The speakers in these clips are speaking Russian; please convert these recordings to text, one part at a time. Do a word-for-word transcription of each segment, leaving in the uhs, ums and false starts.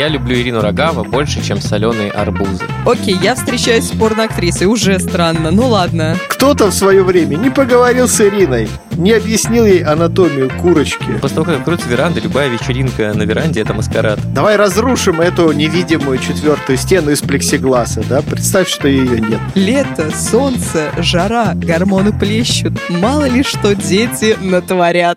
Я люблю Ирину Рогава больше, чем соленые арбузы. Окей, я встречаюсь с порноактрисой, уже странно, ну ладно. Кто-то в свое время не поговорил с Ириной, не объяснил ей анатомию курочки. После того, как откроется веранда, любая вечеринка на веранде — это маскарад. Давай разрушим эту невидимую четвертую стену из плексигласа, да? Представь, что ее нет. Лето, солнце, жара, гормоны плещут. Мало ли что дети натворят.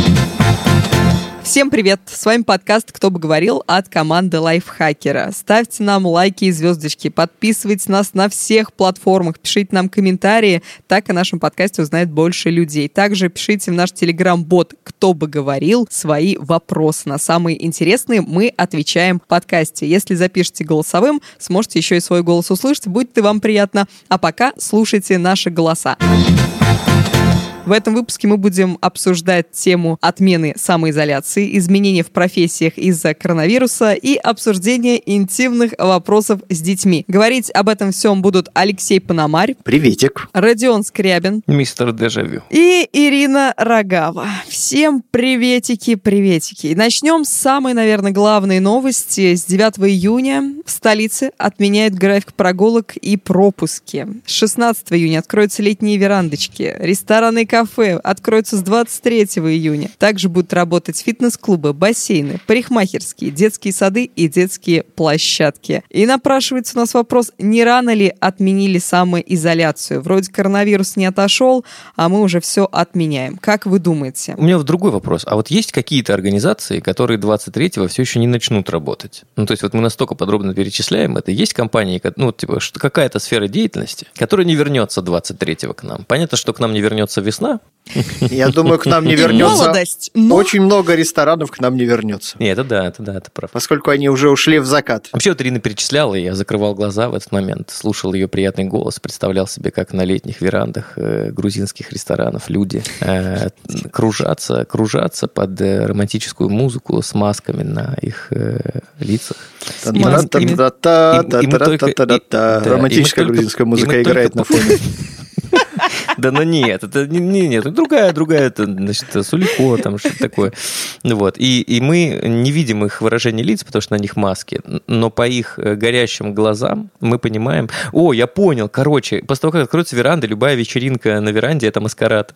Всем привет! С вами подкаст «Кто бы говорил» от команды Лайфхакера. Ставьте нам лайки и звездочки, подписывайтесь нас на всех платформах, пишите нам комментарии, так о нашем подкасте узнает больше людей. Также пишите в наш телеграм-бот «Кто бы говорил» свои вопросы. На самые интересные мы отвечаем в подкасте. Если запишете голосовым, сможете еще и свой голос услышать, будет и вам приятно. А пока слушайте наши голоса. В этом выпуске мы будем обсуждать тему отмены самоизоляции, изменения в профессиях из-за коронавируса и обсуждение интимных вопросов с детьми. Говорить об этом всем будут Алексей Пономарь. Приветик. Родион Скрябин. Мистер Дежавю. И Ирина Рогава. Всем приветики, приветики. И начнем с самой, наверное, главной новости. С девятого июня в столице отменяют график прогулок и пропуски. С шестнадцатого июня откроются летние верандочки, рестораны, кафе откроются с двадцать третьего июня. Также будут работать фитнес-клубы, бассейны, парикмахерские, детские сады и детские площадки. И напрашивается у нас вопрос, не рано ли отменили самоизоляцию? Вроде коронавирус не отошел, а мы уже все отменяем. Как вы думаете? У меня вот другой вопрос. А вот есть какие-то организации, которые двадцать третьего все еще не начнут работать? Ну, то есть вот мы настолько подробно перечисляем это. Есть компании, ну, типа, что какая-то сфера деятельности, которая не вернется двадцать третьего к нам. Понятно, что к нам не вернется весна. Я думаю, к нам не вернется. Молодость, но... Очень много ресторанов к нам не вернется. Нет, это да, это да, это прав. Поскольку они уже ушли в закат. Вообще вот Ирина перечисляла, и я закрывал глаза в этот момент, слушал ее приятный голос, представлял себе, как на летних верандах э, грузинских ресторанов люди э, кружатся, кружатся под э, романтическую музыку с масками на их э, лицах. Романтическая грузинская музыка играет на фоне. Да, ну нет, это не, не, нет, другая, другая, это, значит, Сулико, там что-то такое. Вот. И, и мы не видим их выражения лиц, потому что на них маски, но по их горящим глазам мы понимаем, о, я понял, короче, после того, как откроется веранда, любая вечеринка на веранде — это маскарад.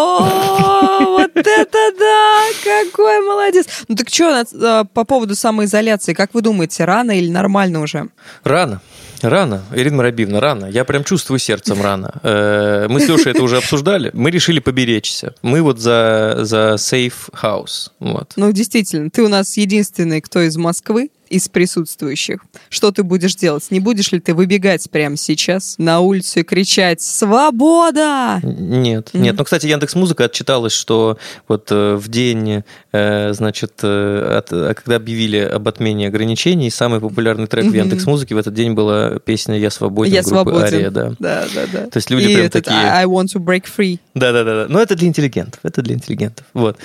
О, вот это да! Какой молодец! Ну так что по поводу самоизоляции, как вы думаете, рано или нормально уже? Рано. Рано, Ирина Марабиевна, рано. Я прям чувствую сердцем рано. Мы с Лешей это уже обсуждали. Мы решили поберечься. Мы вот за, за safe house. Вот. Ну, действительно, ты у нас единственный, кто из Москвы, из присутствующих. Что ты будешь делать? Не будешь ли ты выбегать прямо сейчас на улицу и кричать «Свобода!»? Нет, mm-hmm. нет. Ну, кстати, Яндекс.Музыка отчиталась, что вот э, в день, э, значит, э, от, когда объявили об отмене ограничений, самый популярный трек mm-hmm. в Яндекс.Музыке в этот день была песня «Я свободен» Я группы свободен. Ария. Да. Да, да, да. То есть люди и прям этот такие... I want to break free. Да-да-да. Но это для интеллигентов. Это для интеллигентов. Вот.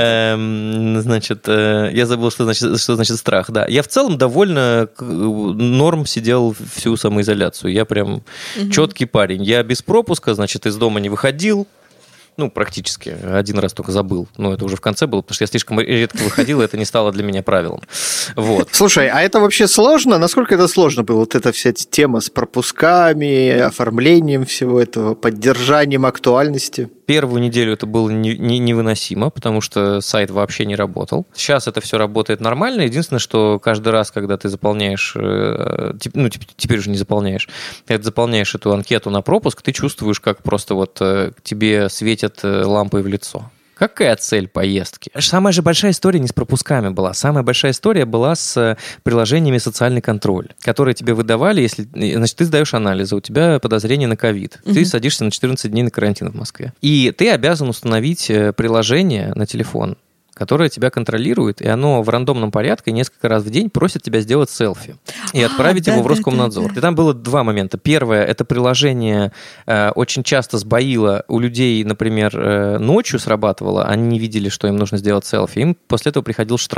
Эм, значит, э, я забыл, что значит, что значит страх. Да. Я в целом довольно норм сидел всю самоизоляцию. Я прям угу. четкий парень. Я без пропуска, значит, из дома не выходил. Ну, практически. Один раз только забыл. Но это уже в конце было, потому что я слишком редко выходил, и это не стало для меня правилом. Вот. Слушай, а это вообще сложно? Насколько это сложно было? Вот эта вся тема с пропусками, оформлением всего этого, поддержанием актуальности? Первую неделю это было не, не, невыносимо, потому что сайт вообще не работал. Сейчас это все работает нормально. Единственное, что каждый раз, когда ты заполняешь, ну, теперь уже не заполняешь, когда ты заполняешь эту анкету на пропуск, ты чувствуешь, как просто вот тебе светят лампой в лицо. Какая цель поездки? Самая же большая история не с пропусками была. Самая большая история была с приложениями «Социальный контроль», которые тебе выдавали, если... Значит, ты сдаешь анализы, у тебя подозрение на ковид. Угу. Ты садишься на четырнадцать дней на карантин в Москве. И ты обязан установить приложение на телефон, которое тебя контролирует, и оно в рандомном порядке несколько раз в день просит тебя сделать селфи и отправить а, его да, в Роскомнадзор. Да, да, да. И там было два момента. Первое, это приложение э, очень часто сбоило у людей, например, э, ночью срабатывало, они не видели, что им нужно сделать селфи, им после этого приходил штраф.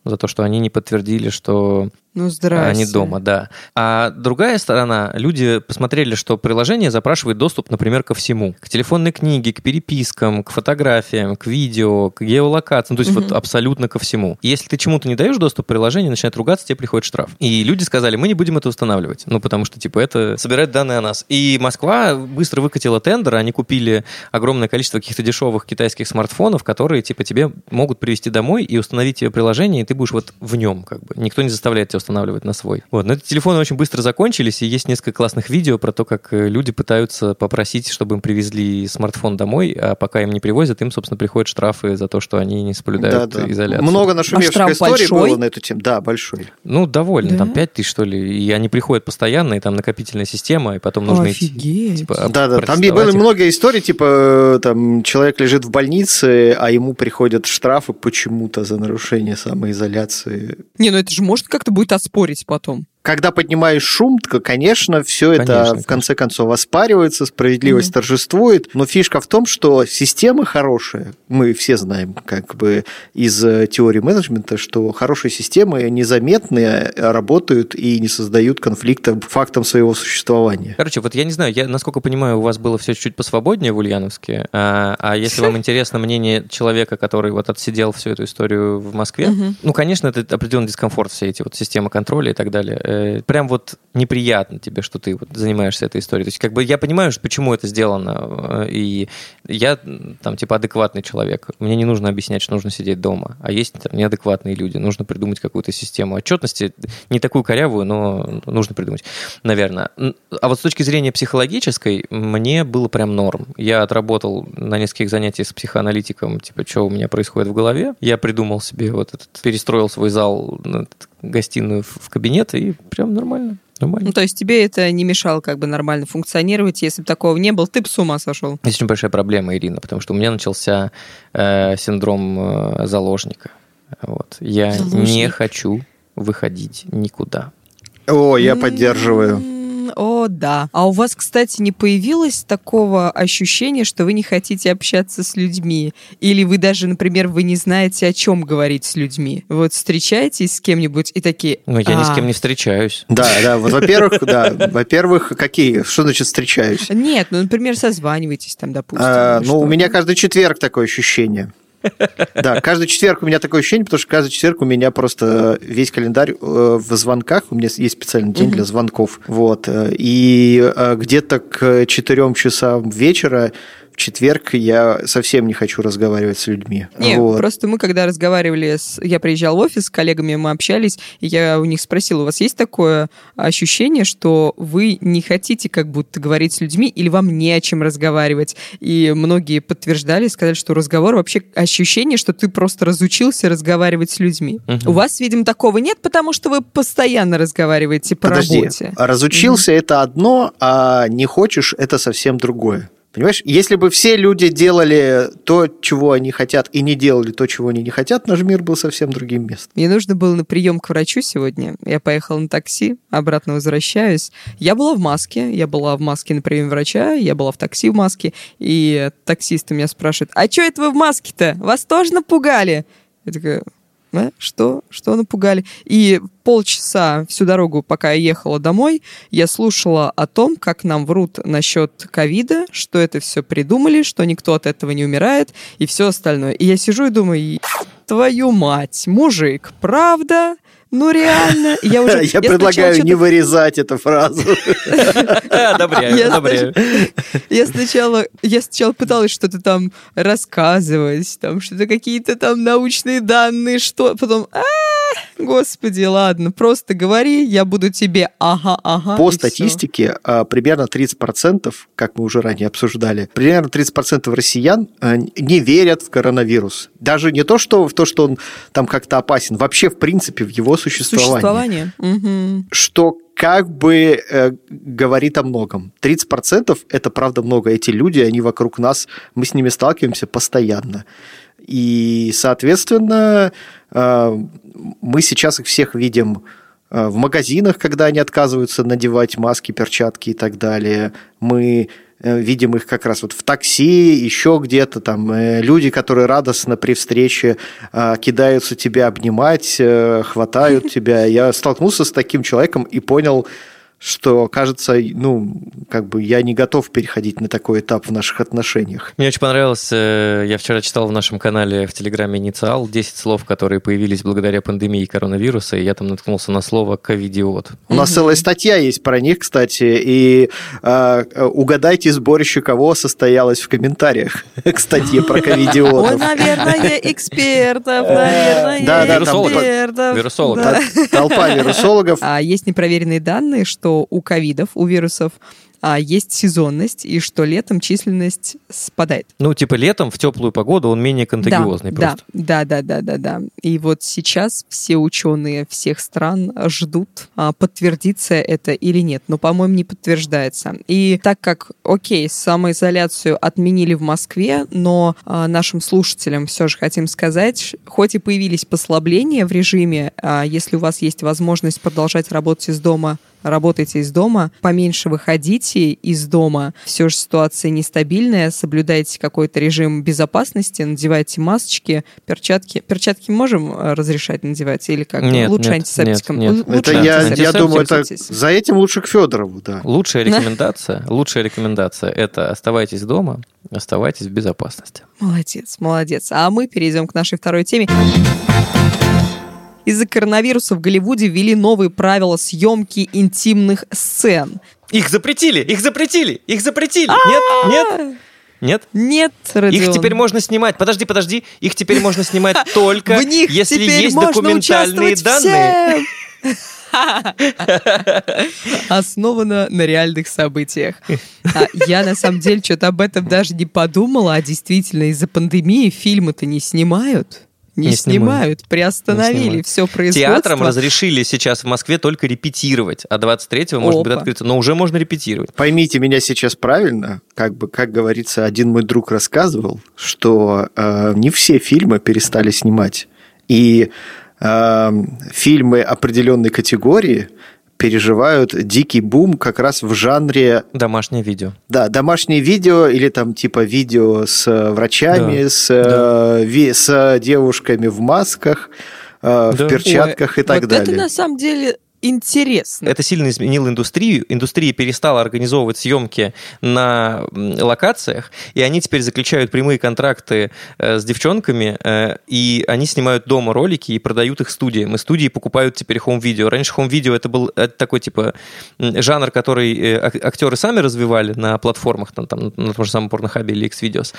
за то, что они не подтвердили, что ну, здрасте. они дома, да. А другая сторона, люди посмотрели, что приложение запрашивает доступ, например, ко всему. К телефонной книге, к перепискам, к фотографиям, к видео, к геолокациям, то есть угу. вот абсолютно ко всему. Если ты чему-то не даешь доступ, приложение начинает ругаться, тебе приходит штраф. И люди сказали, мы не будем это устанавливать, ну, потому что, типа, это собирает данные о нас. И Москва быстро выкатила тендер, они купили огромное количество каких-то дешевых китайских смартфонов, которые, типа, тебе могут привезти домой и установить тебе приложение, и ты будешь вот в нем, как бы. Никто не заставляет тебя устанавливать на свой. Вот. Но эти телефоны очень быстро закончились, и есть несколько классных видео про то, как люди пытаются попросить, чтобы им привезли смартфон домой, а пока им не привозят, им, собственно, приходят штрафы за то, что они не соблюдают да, да. изоляцию. Много нашумевших а историй большой? было на эту тему. Да, большой. Ну, довольно. Да? Там пять тысяч, что ли. И они приходят постоянно, и там накопительная система, и потом нужно Офигеть. идти. Типа, да, да. Там было их. много историй, типа, там, человек лежит в больнице, а ему приходят штрафы почему-то за нарушение самоизоляции. Не, ну это же можно как-то будет оспорить потом. Когда поднимаешь шум, то, конечно, все это конечно, в конце концов оспаривается, справедливость mm-hmm. торжествует. Но фишка в том, что система хорошая. Мы все знаем, как бы из теории менеджмента, что хорошие системы незаметные, работают и не создают конфликта фактом своего существования. Короче, вот я не знаю, я, насколько понимаю, у вас было все чуть-чуть посвободнее в Ульяновске. А, а если вам интересно мнение человека, который вот отсидел всю эту историю в Москве, mm-hmm. ну, конечно, это определенный дискомфорт, все эти вот системы контроля и так далее. Прям вот неприятно тебе, что ты вот занимаешься этой историей. То есть как бы я понимаю, почему это сделано, и я там типа адекватный человек. Мне не нужно объяснять, что нужно сидеть дома, а есть там неадекватные люди. Нужно придумать какую-то систему отчетности, не такую корявую, но нужно придумать, наверное. А вот с точки зрения психологической мне было прям норм. Я отработал на нескольких занятиях с психоаналитиком, типа, что у меня происходит в голове. Я придумал себе вот этот, перестроил свой зал, гостиную в кабинет, и прям нормально. Нормально. Ну, то есть тебе это не мешало как бы нормально функционировать, если бы такого не было, ты бы с ума сошел. Это очень большая проблема, Ирина, потому что у меня начался э, синдром э, заложника. Вот. Я Заложник. не хочу выходить никуда. О, я поддерживаю. О, да. А у вас, кстати, не появилось такого ощущения, что вы не хотите общаться с людьми? Или вы даже, например, вы не знаете, о чем говорить с людьми? Вот встречаетесь с кем-нибудь и такие... Ну, я ни с кем не встречаюсь. Да, да, вот, во-первых, да, во-первых, какие? Что значит встречаюсь? Нет, ну, например, созваниваетесь там, допустим. А, ну, у меня каждый четверг такое ощущение. Да, каждый четверг у меня такое ощущение, потому что каждый четверг у меня просто весь календарь в звонках, у меня есть специальный день для звонков, вот, и где-то к четырем часам вечера в четверг я совсем не хочу разговаривать с людьми. Нет, вот. Просто мы, когда разговаривали, с... я приезжал в офис с коллегами, мы общались, и я у них спросила, у вас есть такое ощущение, что вы не хотите как будто говорить с людьми, или вам не о чем разговаривать? И многие подтверждали, сказали, что разговор вообще ощущение, что ты просто разучился разговаривать с людьми. Угу. У вас, видимо, такого нет, потому что вы постоянно разговариваете по Подожди, работе. Разучился угу. это одно, а не хочешь это совсем другое. Понимаешь, если бы все люди делали то, чего они хотят, и не делали то, чего они не хотят, наш мир был совсем другим местом. Мне нужно было на прием к врачу сегодня. Я поехала на такси, обратно возвращаюсь. Я была в маске, я была в маске на приеме врача, я была в такси в маске, и таксист меня спрашивает, а что это вы в маске-то? Вас тоже напугали? Я такая... Да? Что? Что напугали? И полчаса всю дорогу, пока я ехала домой, я слушала о том, как нам врут насчет ковида, что это все придумали, что никто от этого не умирает и все остальное. И я сижу и думаю, твою мать, мужик, правда? Ну, реально. Я, уже, я, я предлагаю не вырезать эту фразу. Одобряю, одобряю. Я сначала, я сначала пыталась что-то там рассказывать, там что-то какие-то там научные данные, что... Потом, а господи, ладно, просто говори, я буду тебе ага, ага. По статистике, все. Примерно тридцать процентов, как мы уже ранее обсуждали, примерно тридцать процентов россиян не верят в коронавирус. Даже не то, что в то, что он там как-то опасен, вообще, в принципе, в его существование. Существование. Угу. Что как бы э, говорит о многом. тридцать процентов это, правда, много. Эти люди, они вокруг нас, мы с ними сталкиваемся постоянно. И, соответственно, э, мы сейчас их всех видим э, в магазинах, когда они отказываются надевать маски, перчатки и так далее. Мы видим их как раз вот в такси, еще где-то там, люди, которые радостно при встрече кидаются тебя обнимать, хватают тебя. Я столкнулся с таким человеком и понял, что, кажется, ну, как бы я не готов переходить на такой этап в наших отношениях. Мне очень понравилось, я вчера читал в нашем канале в Телеграме «Инициал» десять слов, которые появились благодаря пандемии коронавируса, и я там наткнулся на слово «ковидиот». У нас целая статья есть про них, кстати, и э, угадайте, сборище кого состоялось в комментариях к статье про ковидиотов. Ой, наверное, экспертов, наверное, экспертов. Вирусологов. Толпа вирусологов. А есть непроверенные данные, что у ковидов, у вирусов а, есть сезонность, и что летом численность спадает. Ну, типа летом в теплую погоду он менее контагиозный да, просто. Да, да, да, да, да. И вот сейчас все ученые всех стран ждут, а, подтвердится это или нет. Но, по-моему, не подтверждается. И так как, окей, самоизоляцию отменили в Москве, но а, нашим слушателям все же хотим сказать, хоть и появились послабления в режиме, а, если у вас есть возможность продолжать работать из дома, работайте из дома, поменьше выходите из дома. Все же ситуация нестабильная, соблюдайте какой-то режим безопасности, надевайте масочки, перчатки. Перчатки можем разрешать надевать или как? Нет, лучше нет, антисептиком? Нет, нет. Лучше Это я, антисептиком. я думаю, это за этим лучше к Федорову, да. Лучшая рекомендация, лучшая рекомендация – это оставайтесь дома, оставайтесь в безопасности. Молодец, молодец. А мы перейдем к нашей второй теме. Из-за коронавируса в Голливуде ввели новые правила съемки интимных сцен. Их запретили! Их запретили! Их запретили! Нет? Нет? Нет? Нет, Родион. Их теперь можно снимать. Подожди, подожди. Их теперь можно снимать только, если есть документальные данные. Основано на реальных событиях. А я, на самом деле, что-то об этом даже не подумала, а действительно из-за пандемии фильмы-то не снимают. Не, не снимают, снимают, приостановили все производство. Театрам разрешили сейчас в Москве только репетировать, а двадцать третьего может Опа. быть открыто, но уже можно репетировать. Поймите меня сейчас правильно, как бы, как говорится, один мой друг рассказывал, что э, не все фильмы перестали снимать, и э, фильмы определенной категории переживают дикий бум как раз в жанре... Домашнее видео. Да, домашнее видео или там типа видео с врачами, да. С, да. ви, с девушками в масках, да. В перчатках. Ой, и так вот далее. Это на самом деле... интересно. Это сильно изменило индустрию. Индустрия перестала организовывать съемки на локациях, и они теперь заключают прямые контракты э, с девчонками, э, и они снимают дома ролики и продают их студиям. И студии покупают теперь хоум-видео. Раньше хоум-видео это был это такой типа жанр, который э, актеры сами развивали на платформах, там, там, на том же самом Порнохабе или Xvideos.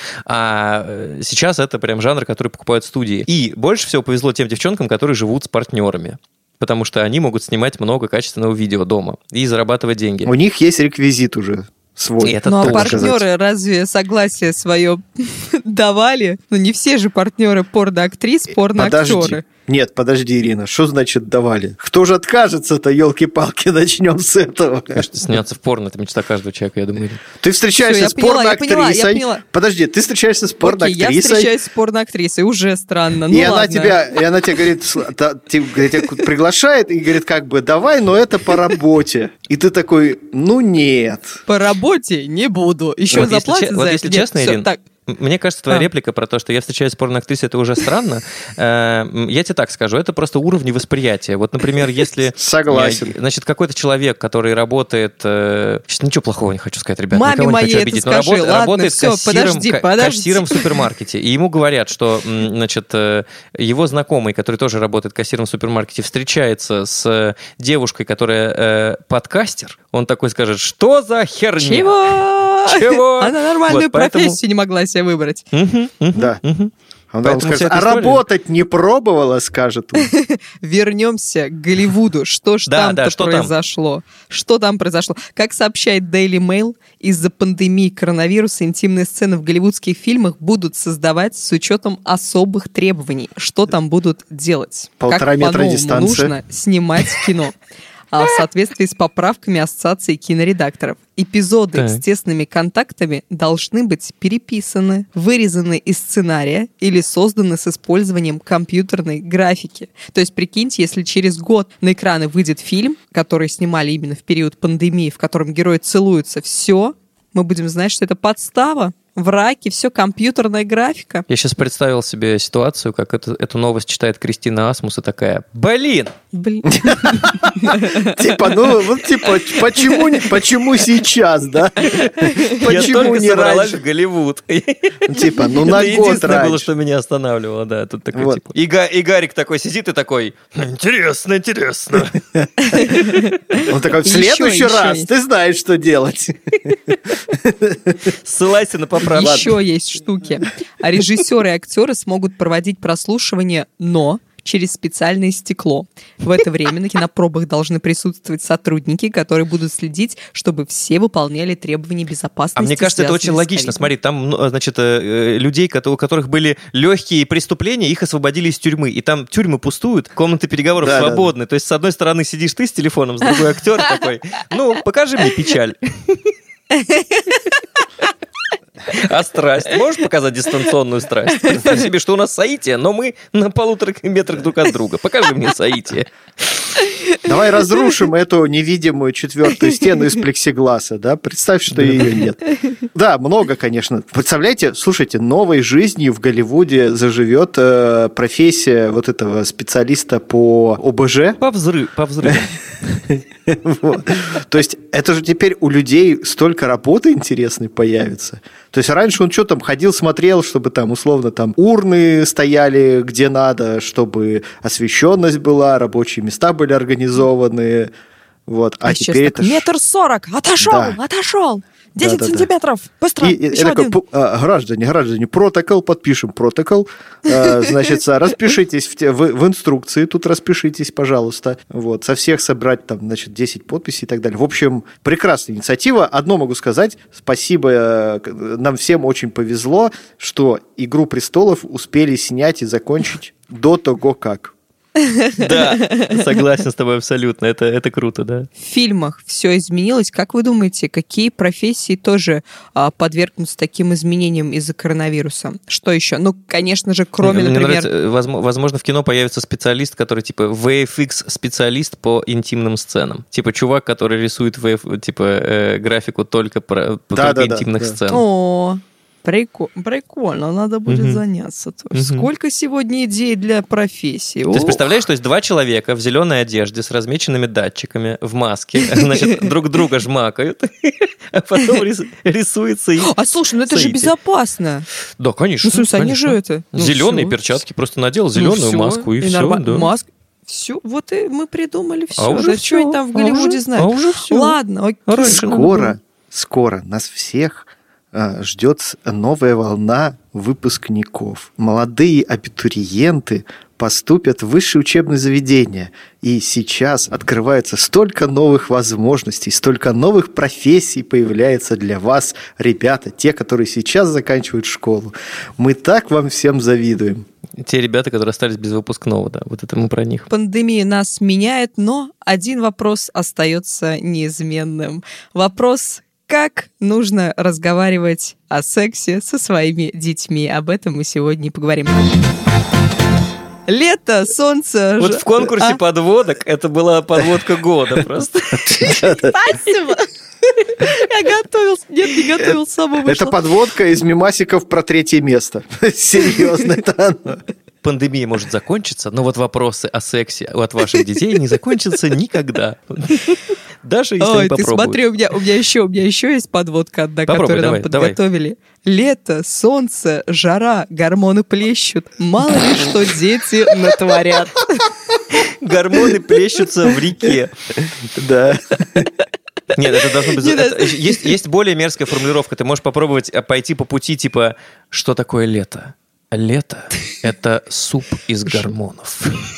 А сейчас это прям жанр, который покупают студии. И больше всего повезло тем девчонкам, которые живут с партнерами. Потому что они могут снимать много качественного видео дома и зарабатывать деньги. У них есть реквизит уже свой. Это ну, а тоже. партнеры разве согласие свое давали? Ну, не все же партнеры порноактрис, порноактеры. Нет, подожди, Ирина, что значит давали? Кто же откажется-то, елки-палки, начнем с этого. Конечно, сняться в порно, это мечта каждого человека, я думаю. Ты встречаешься Всё, с порноактрисой. Поняла, подожди, ты встречаешься с порноактрисой. Окей, я встречаюсь с порноактрисой, уже странно. Ну, и, ладно. она тебя, и она тебе говорит, тебя приглашает и говорит, как бы, давай, но это по работе. И ты такой, ну нет. По работе не буду. Еще вот заплатят если, за вот это. если Нет, честно, всё, Ирин, так. Мне кажется, твоя а. реплика про то, что я встречаюсь с порноактрисой, это уже странно. Я тебе так скажу, это просто уровни восприятия. Вот, например, если... Согласен. Значит, какой-то человек, который работает... Сейчас ничего плохого не хочу сказать, ребята. Маме никого моей не хочу это обидеть, скажи. но работает, Ладно, работает все, кассиром, подожди, подожди. кассиром в супермаркете. И ему говорят, что, значит, его знакомый, который тоже работает кассиром в супермаркете, встречается с девушкой, которая подкастер. Он такой скажет, что за херня? Чего? Чего? Она нормальную вот, поэтому... профессию не могла себе выбрать. Угу, угу, да. Угу. Она скажет, а история... работать не пробовала, скажет он. Вернемся к Голливуду. Что ж да, там-то да, что произошло? Там? Что там произошло? Как сообщает Daily Mail, из-за пандемии коронавируса интимные сцены в голливудских фильмах будут создавать с учетом особых требований. Что там будут делать? Полтора как метра дистанции. Нужно снимать кино. А в соответствии с поправками Ассоциации киноредакторов. Эпизоды так. с тесными контактами должны быть переписаны, вырезаны из сценария или созданы с использованием компьютерной графики. То есть, прикиньте, если через год на экраны выйдет фильм, который снимали именно в период пандемии, в котором герои целуются, все, мы будем знать, что это подстава. В раке все компьютерная графика. Я сейчас представил себе ситуацию, как это, эту новость читает Кристина Асмус и такая: блин! Блин. Типа, ну, вот типа, почему, почему сейчас, да? Я только собралась в Голливуд. Типа, ну на год раньше. Это единственное было, что меня останавливало, да. Тут такой типа. И Гарик такой сидит и такой: интересно, интересно. Он такой: в следующий раз ты знаешь, что делать. Ссылайся на поправку. Еще есть штуки. А режиссеры и актеры смогут проводить прослушивание, но через специальное стекло. В это время на кинопробах должны присутствовать сотрудники, которые будут следить, чтобы все выполняли требования безопасности. А мне кажется, это очень логично. Смотри, там, значит, людей, у которых были легкие преступления, их освободили из тюрьмы. И там тюрьмы пустуют, комнаты переговоров да, свободны. Да, да. То есть, с одной стороны, сидишь ты с телефоном, с другой актер такой: ну, покажи мне печаль. А страсть? Можешь показать дистанционную страсть? Представь себе, что у нас соитие, но мы на полутора метрах друг от друга. Покажи мне соитие. Давай разрушим эту невидимую четвертую стену из плексигласа, да? Представь, что ее нет. Да, много, конечно. Представляете, слушайте, новой жизнью в Голливуде заживет э, профессия вот этого специалиста по ОБЖ. По взрыву. По взрыву. Вот. То есть это же теперь у людей столько работы интересной появится. То есть раньше он что там ходил, смотрел, чтобы там условно там урны стояли где надо, чтобы освещенность была, рабочие места были организованы. Вот. А, а теперь это... метр сорок, отошел, да. отошел. десять да, да, сантиметров, да. быстро, и, еще один. Такой, граждане, граждане, протокол, подпишем протокол. Значит, распишитесь в, в, в инструкции, тут распишитесь, пожалуйста. Вот, со всех собрать там, значит, десять подписей и так далее. В общем, прекрасная инициатива. Одно могу сказать, спасибо, нам всем очень повезло, что «Игру престолов» успели снять и закончить до того, как. Да, согласен с тобой абсолютно. Это, это круто, да. В фильмах все изменилось. Как вы думаете, какие профессии тоже а, подвергнутся таким изменениям из-за коронавируса? Что еще? Ну, конечно же, кроме, Мне например... Нравится, возможно, в кино появится специалист, который типа ви эф икс-специалист по интимным сценам. Типа чувак, который рисует ви эф, типа, э, графику только, про, да, только да, интимных да, сцен. О, Прикол... Прикольно, надо будет угу. заняться. Угу. Сколько сегодня идей для профессии? То есть, представляешь, то есть два человека в зеленой одежде с размеченными датчиками, в маске, значит, друг друга жмакают, а потом рисуется их. А слушай, ну это же безопасно. Да, конечно. Ну, слушай, они же это... Зеленые перчатки, просто надел зеленую маску и все. Маску. Все, вот и мы придумали все. А уже да что они там в Голливуде знают? А уже все. Ладно, окей. Скоро, скоро нас всех ждет новая волна выпускников. Молодые абитуриенты поступят в высшие учебные заведения. И сейчас открывается столько новых возможностей, столько новых профессий появляется для вас, ребята, те, которые сейчас заканчивают школу. Мы так вам всем завидуем. Те ребята, которые остались без выпускного, да, вот это мы про них. Пандемия нас меняет, но один вопрос остается неизменным. Вопрос: как нужно разговаривать о сексе со своими детьми? Об этом мы сегодня и поговорим. Лето, солнце... Вот в конкурсе а? подводок это была подводка года просто. Спасибо. Я готовился. Нет, не готовился, сама вышла. Это подводка из мемасиков про третье место. Серьезно, это оно. Пандемия может закончиться, но вот вопросы о сексе от ваших детей не закончатся никогда. Даже если Ой, они попробуют. Ты смотри, у меня, у, меня еще, у меня еще есть подводка одна, Попробуй, которую давай, нам подготовили. Давай. Лето, солнце, жара, гормоны плещут. Мало ли что дети натворят. Гормоны плещутся в реке. Да. Нет, это должно быть... Нет, это, есть, есть более мерзкая формулировка. Ты можешь попробовать пойти по пути типа: что такое лето? Лето – это суп из гормонов.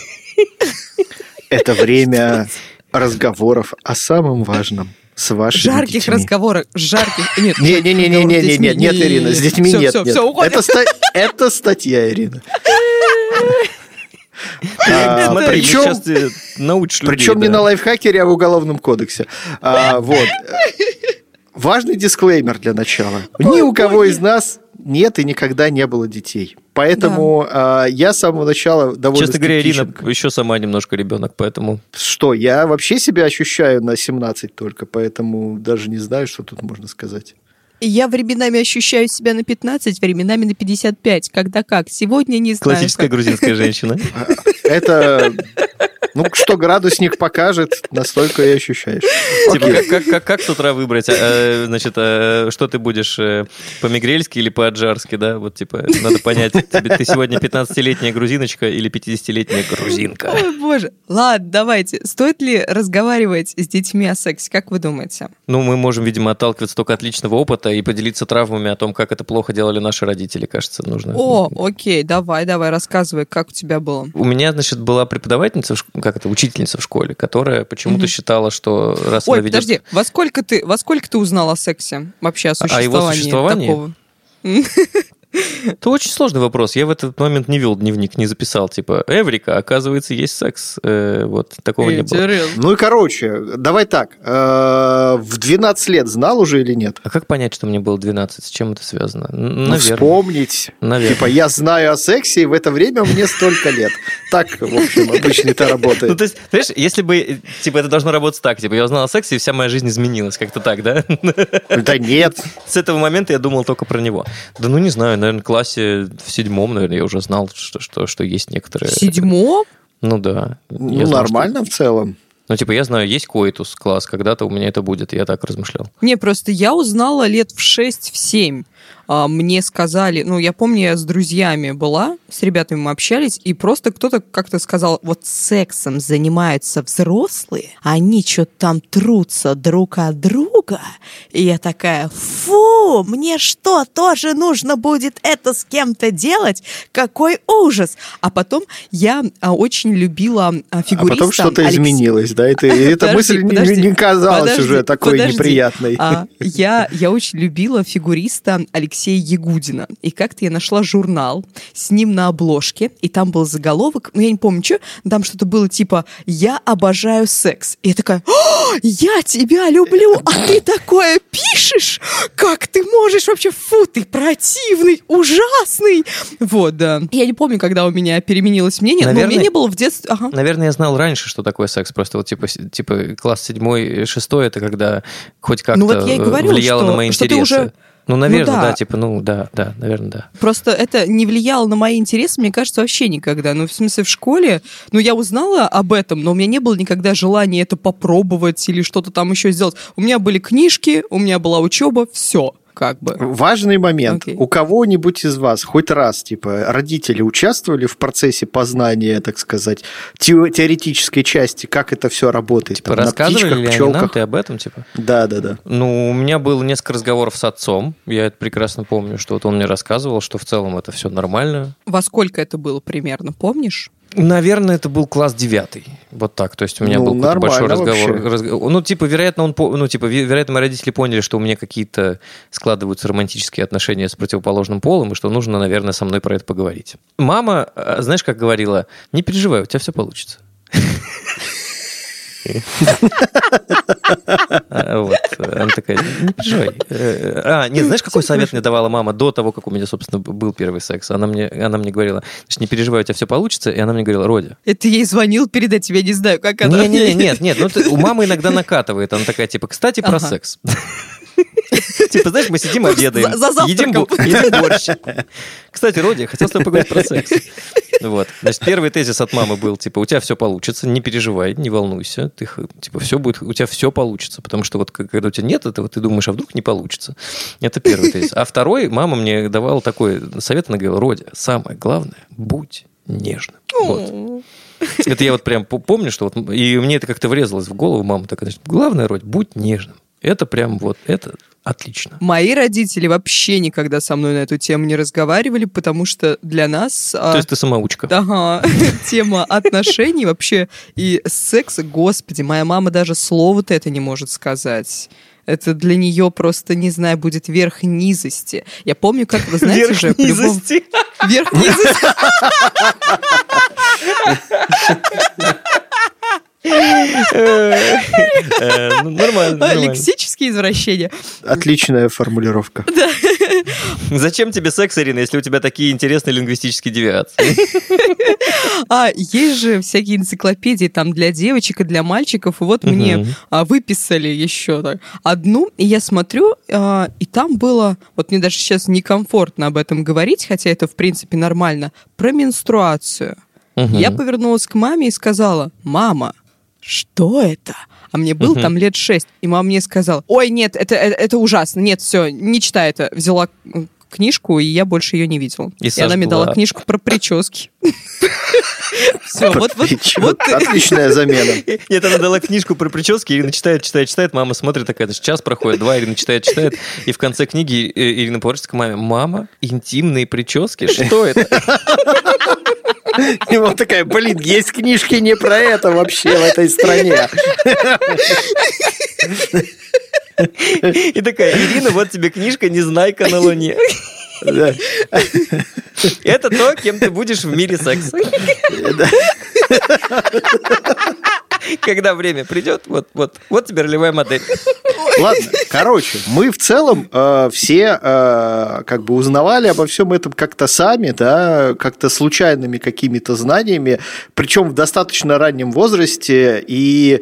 Это время разговоров о самом важном с вашими жарких детьми. разговоров, жарких... Нет, не, не, не, не, не, не, нет, нет, Ирина, с детьми все, нет, все, нет. Все, уходим. Это, ста- это статья, Ирина. А, Смотри, причем, сейчас ты научишь людей. Причем да. не на лайфхакере, а в Уголовном кодексе. А, вот. Важный дисклеймер для начала. Ни у кого из нас нет и никогда не было детей. Поэтому да. э, я с самого начала довольно Честно говоря, Ирина еще сама немножко ребенок, поэтому... Что, я вообще себя ощущаю на семнадцать только, поэтому даже не знаю, что тут можно сказать. Я временами ощущаю себя на пятнадцать, временами на пятьдесят пять. Когда как? Сегодня не знаю. Классическая как... грузинская женщина. Это... Ну, что градусник покажет, настолько и ощущаешь. Типа, как, как, как, как с утра выбрать, а, значит, а, что ты будешь, по-мигрельски или по-аджарски, да? Вот, типа, надо понять, тебе, ты сегодня пятнадцатилетняя грузиночка или пятидесятилетняя грузинка. Ой, боже. Ладно, давайте. Стоит ли разговаривать с детьми о сексе? Как вы думаете? Ну, мы можем, видимо, отталкиваться только от личного опыта и поделиться травмами о том, как это плохо делали наши родители, кажется, нужно. О, окей, давай, давай, рассказывай, как у тебя было. У меня, значит, была преподавательница, как это, учительница в школе, которая почему-то угу. считала, что раз Ой, она ведет... подожди, во сколько ты, во сколько ты узнал о сексе? Вообще о существовании, о его существовании? Такого? Это очень сложный вопрос. Я в этот момент не вел дневник, не записал. Типа, Эврика, оказывается, есть секс. Э, вот, такого Интересно. не было. Ну и короче, давай так. Э, в двенадцать лет знал уже или нет? А как понять, что мне было двенадцать? С чем это связано? Наверное. Ну, вспомнить. Наверное. Типа, я знаю о сексе, и в это время мне столько лет. Так, в общем, обычно это работает. Ну, то есть, понимаешь, если бы, типа, это должно работать так. Типа, я узнал о сексе, и вся моя жизнь изменилась. Как-то так, да? Да нет. С этого момента я думал только про него. Да ну, не знаю, наверное, в классе в седьмом, наверное, я уже знал, что, что, что есть некоторые... В седьмом? Ну да. Ну, знал, нормально что... в целом. Ну, типа, я знаю, есть коитус класс, когда-то у меня это будет, я так размышлял. Не, просто я узнала лет в шесть-семь. Мне сказали, ну, я помню, я с друзьями была, с ребятами мы общались, и просто кто-то как-то сказал, вот сексом занимаются взрослые, а они что-то там трутся друг от друга. И я такая, фу, мне что, тоже нужно будет это с кем-то делать? Какой ужас! А потом я очень любила фигуриста. А потом что-то Алексей... изменилось, да? Это, эта мысль подожди, не казалась подожди, уже такой подожди. неприятной. А, я, я очень любила фигуриста Алексея Ягудина. И как-то я нашла журнал с ним на обложке, и там был заголовок, ну, я не помню, что, там что-то было типа «Я обожаю секс». И я такая «Я тебя люблю, а ты такое пишешь? Как ты можешь вообще? Фу, ты противный, ужасный!» Вот, да. Я не помню, когда у меня переменилось мнение, наверное, но у меня не было в детстве... Ага. Наверное, я знал раньше, что такое секс. Просто вот типа, типа класс седьмой, шестой, это когда хоть как-то ну, вот я и говорю, влияло что, на мои что интересы. Ты уже... Ну, наверное, ну, да. да, типа, ну, да, да, наверное, да. Просто это не влияло на мои интересы, мне кажется, вообще никогда. Ну, в смысле, в школе, ну, я узнала об этом, но у меня не было никогда желания это попробовать или что-то там еще сделать. У меня были книжки, у меня была учеба, все. Как бы. Важный момент. Okay. У кого-нибудь из вас хоть раз, типа, родители участвовали в процессе познания, так сказать, те- теоретической части, как это все работает? Типа, там, рассказывали на птичках, ли пчелках? они нам, ты об этом, типа? Да, да, да. Ну, у меня было несколько разговоров с отцом. Я это прекрасно помню, что вот он мне рассказывал, что в целом это все нормально. Во сколько это было примерно, помнишь? Наверное, это был класс девятый. Вот так. То есть у меня ну, был какой-то большой разговор. Вообще. Ну, типа, вероятно, он, ну, типа, вероятно, мои родители поняли, что у меня какие-то складываются романтические отношения с противоположным полом, и что нужно, наверное, со мной про это поговорить. Мама, знаешь, как говорила, не переживай, у тебя все получится. Вот. Она такая, не переживай. А, нет, знаешь, какой совет мне давала мама до того, как у меня, собственно, был первый секс? Она мне, она мне говорила, значит, не переживай, у тебя все получится. И она мне говорила, Родя. Это ей звонил перед этим, я не знаю, как она... Нет, нет, нет, нет, ну, ты, у мамы иногда накатывает. Она такая, типа, кстати, про ага. секс. Типа, знаешь, мы сидим, обедаем, за, за едим, едим борщ. Кстати, Роди, я хотел с тобой поговорить про секс. Вот. Значит, первый тезис от мамы был, типа, у тебя все получится, не переживай, не волнуйся, ты, типа, все будет, у тебя все получится, потому что вот когда у тебя нет этого, ты думаешь, а вдруг не получится. Это первый тезис. А второй, мама мне давала такой совет, она говорила, Роди, самое главное, будь нежным. Вот. Это я вот прям помню, что вот, и мне это как-то врезалось в голову, мама такая, значит, главное, Роди, будь нежным. Это прям вот, это отлично. Мои родители вообще никогда со мной на эту тему не разговаривали, потому что для нас... То а... есть ты самоучка. Ага, тема отношений вообще и секса, господи, моя мама даже слова-то это не может сказать. Это для нее просто, не знаю, будет верх низости. Я помню, как вы знаете верх же... Низости. Любом... Верх низости. Нормально. Лексические извращения. Отличная формулировка. Да. Зачем тебе секс, Ирина, если у тебя такие интересные лингвистические девиации? А, есть же всякие энциклопедии там для девочек и для мальчиков, и вот угу. мне а, выписали еще так, одну, и я смотрю, а, и там было, вот мне даже сейчас некомфортно об этом говорить, хотя это, в принципе, нормально, про менструацию. Угу. Я повернулась к маме и сказала: «Мама, что это?» А мне было uh-huh. там лет шесть. И мама мне сказала: «Ой, нет, это, это, это ужасно. Нет, все, не читай это». Взяла книжку, и я больше ее не видела. И, и она мне дала книжку про прически. Все, вот, вот, вот. Отличная замена. Нет, она дала книжку про прически, Ирина читает, читает, читает, мама смотрит, такая, час проходит, два, Ирина читает, читает, и в конце книги Ирина поворачивается к маме: «Мама, интимные прически? Что это?» И вот такая: блин, есть книжки не про это вообще в этой стране. И такая: «Ирина, вот тебе книжка «Незнайка на Луне». Да. Это то, кем ты будешь в мире секса. Да. Когда время придет, вот, вот, вот тебе ролевая модель. Ладно, короче, мы в целом э, все э, как бы узнавали обо всем этом как-то сами, да, как-то случайными какими-то знаниями, причем в достаточно раннем возрасте и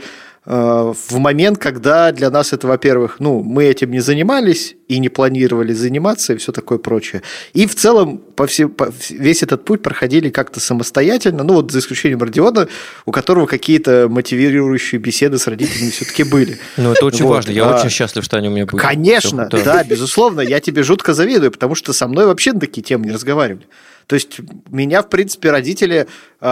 в момент, когда для нас это, во-первых, ну, мы этим не занимались и не планировали заниматься и все такое прочее. И в целом по все, по, весь этот путь проходили как-то самостоятельно, ну, вот за исключением Родиона, у которого какие-то мотивирующие беседы с родителями все-таки были. Ну, это очень вот. важно. Я а, очень счастлив, что они у меня были. Конечно, все, да. да, безусловно. Я тебе жутко завидую, потому что со мной вообще на такие темы не разговаривали. То есть меня, в принципе, родители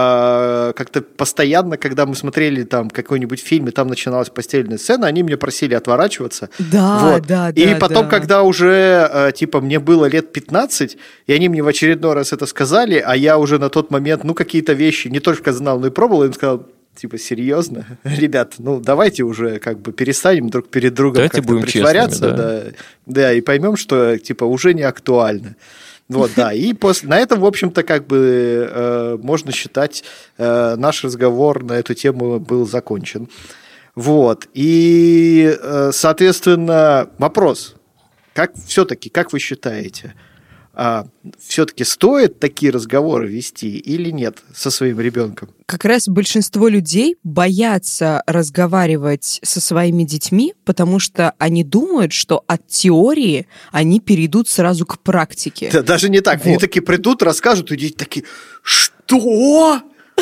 э, как-то постоянно, когда мы смотрели там какой-нибудь фильм, и там начиналась постельная сцена, они меня просили отворачиваться. Да, вот. да, и да. И потом, да. когда уже, э, типа, мне было лет пятнадцать, и они мне в очередной раз это сказали, а я уже на тот момент, ну, какие-то вещи не только знал, но и пробовал, и им сказал: типа, серьезно? Ребят, ну, давайте уже как бы перестанем друг перед другом давайте как-то притворяться. Честными, да? Да, да, и поймем, что, типа, уже не актуально. Вот, да, и после, на этом, в общем-то, как бы э, можно считать, э, наш разговор на эту тему был закончен. Вот, и, э, соответственно, вопрос, как все-таки, как вы считаете, а, все-таки стоит такие разговоры вести или нет со своим ребенком? Как раз большинство людей боятся разговаривать со своими детьми, потому что они думают, что от теории они перейдут сразу к практике. Да, даже не так. Вот. Они такие придут, расскажут, и дети такие: что?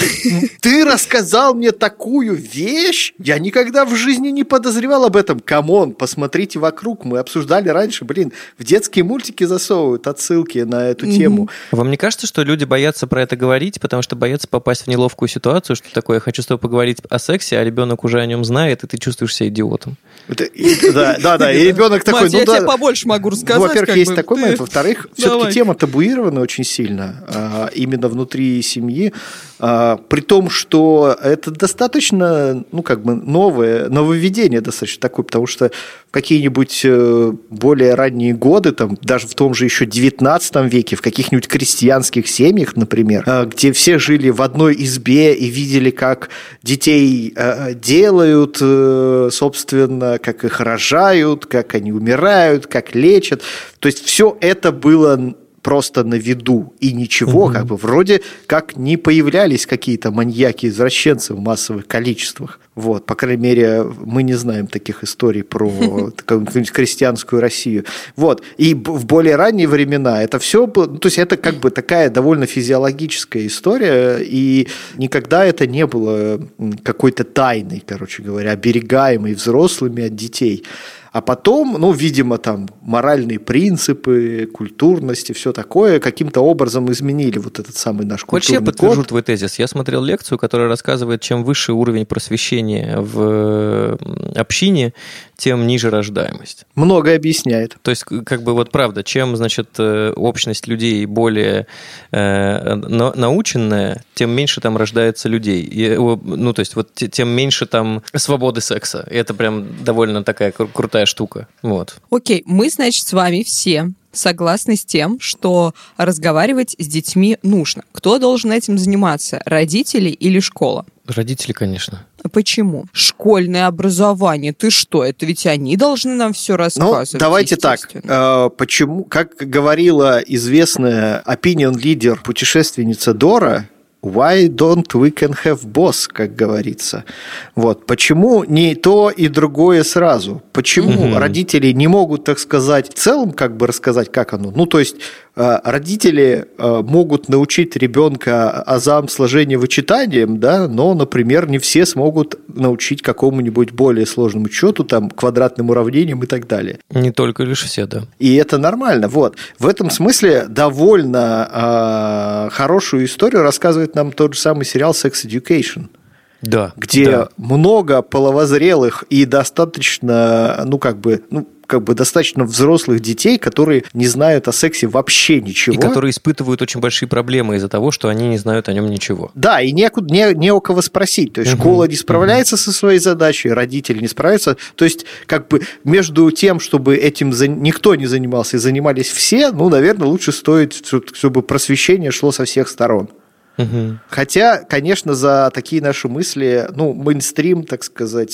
Ты рассказал мне такую вещь? Я никогда в жизни не подозревал об этом. Камон, посмотрите вокруг. Мы обсуждали раньше, блин, в детские мультики засовывают отсылки на эту тему. Вам не кажется, что люди боятся про это говорить, потому что боятся попасть в неловкую ситуацию, что такое: я хочу с тобой поговорить о сексе, а ребенок уже о нем знает, и ты чувствуешь себя идиотом? Это, и, да, да, да, и ребенок такой: Мать, ну я да. тебе побольше могу рассказать. Во-первых, есть бы, такой ты... момент. Во-вторых, все-таки тема табуирована очень сильно, а, именно внутри семьи, а, при том, что это достаточно, ну, как бы новое, нововведение достаточно такое, потому что в какие-нибудь более ранние годы, там, даже в том же еще девятнадцатом веке, в каких-нибудь крестьянских семьях, например, где все жили в одной избе и видели, как детей делают, собственно, как их рожают, как они умирают, как лечат. То есть все это было просто на виду, и ничего, угу. как бы вроде как не появлялись какие-то маньяки-извращенцы в массовых количествах. Вот, по крайней мере, мы не знаем таких историй про какую-нибудь крестьянскую Россию. Вот, и в более ранние времена это все было, ну, то есть это как бы такая довольно физиологическая история, и никогда это не было какой-то тайной, короче говоря, оберегаемой взрослыми от детей. А потом, ну, видимо, там моральные принципы, культурность и все такое каким-то образом изменили вот этот самый наш культурный Хочешь, я подтвержу код. твой тезис? Я смотрел лекцию, которая рассказывает, чем выше уровень просвещения в общине, тем ниже рождаемость. Многое объясняет. То есть, как бы вот правда, чем, значит, общность людей более э, наученная, тем меньше там рождается людей. И, ну, то есть, вот тем меньше там свободы секса. И это прям довольно такая крутая штука. Вот. Окей, мы, значит, с вами все согласны с тем, что разговаривать с детьми нужно. Кто должен этим заниматься? Родители или школа? Родители, конечно. Почему? Школьное образование. Ты что? Это ведь они должны нам все рассказывать. Ну, давайте так. Э, почему, как говорила известная opinion-лидер, путешественница Дора, why don't we can have boss, как говорится. Вот. Почему не то и другое сразу? Почему mm-hmm. родители не могут, так сказать, в целом как бы рассказать, как оно? Ну, то есть, родители могут научить ребенка азам, сложением, вычитанием, да, но, например, не все смогут научить какому-нибудь более сложному счету, там, квадратным уравнениям и так далее. Не только лишь все, да. И это нормально. Вот. В этом смысле довольно э, хорошую историю рассказывает нам тот же самый сериал Sex Education. Да. Где да. много половозрелых и достаточно, ну, как бы, ну, как бы достаточно взрослых детей, которые не знают о сексе вообще ничего. И которые испытывают очень большие проблемы из-за того, что они не знают о нем ничего. Да, и некуда, не, не у кого спросить. То есть, угу. школа не справляется угу. со своей задачей, родители не справляются. То есть, как бы между тем, чтобы этим за... никто не занимался и занимались все, ну, наверное, лучше стоит, чтобы просвещение шло со всех сторон. Угу. Хотя, конечно, за такие наши мысли, ну, мейнстрим, так сказать,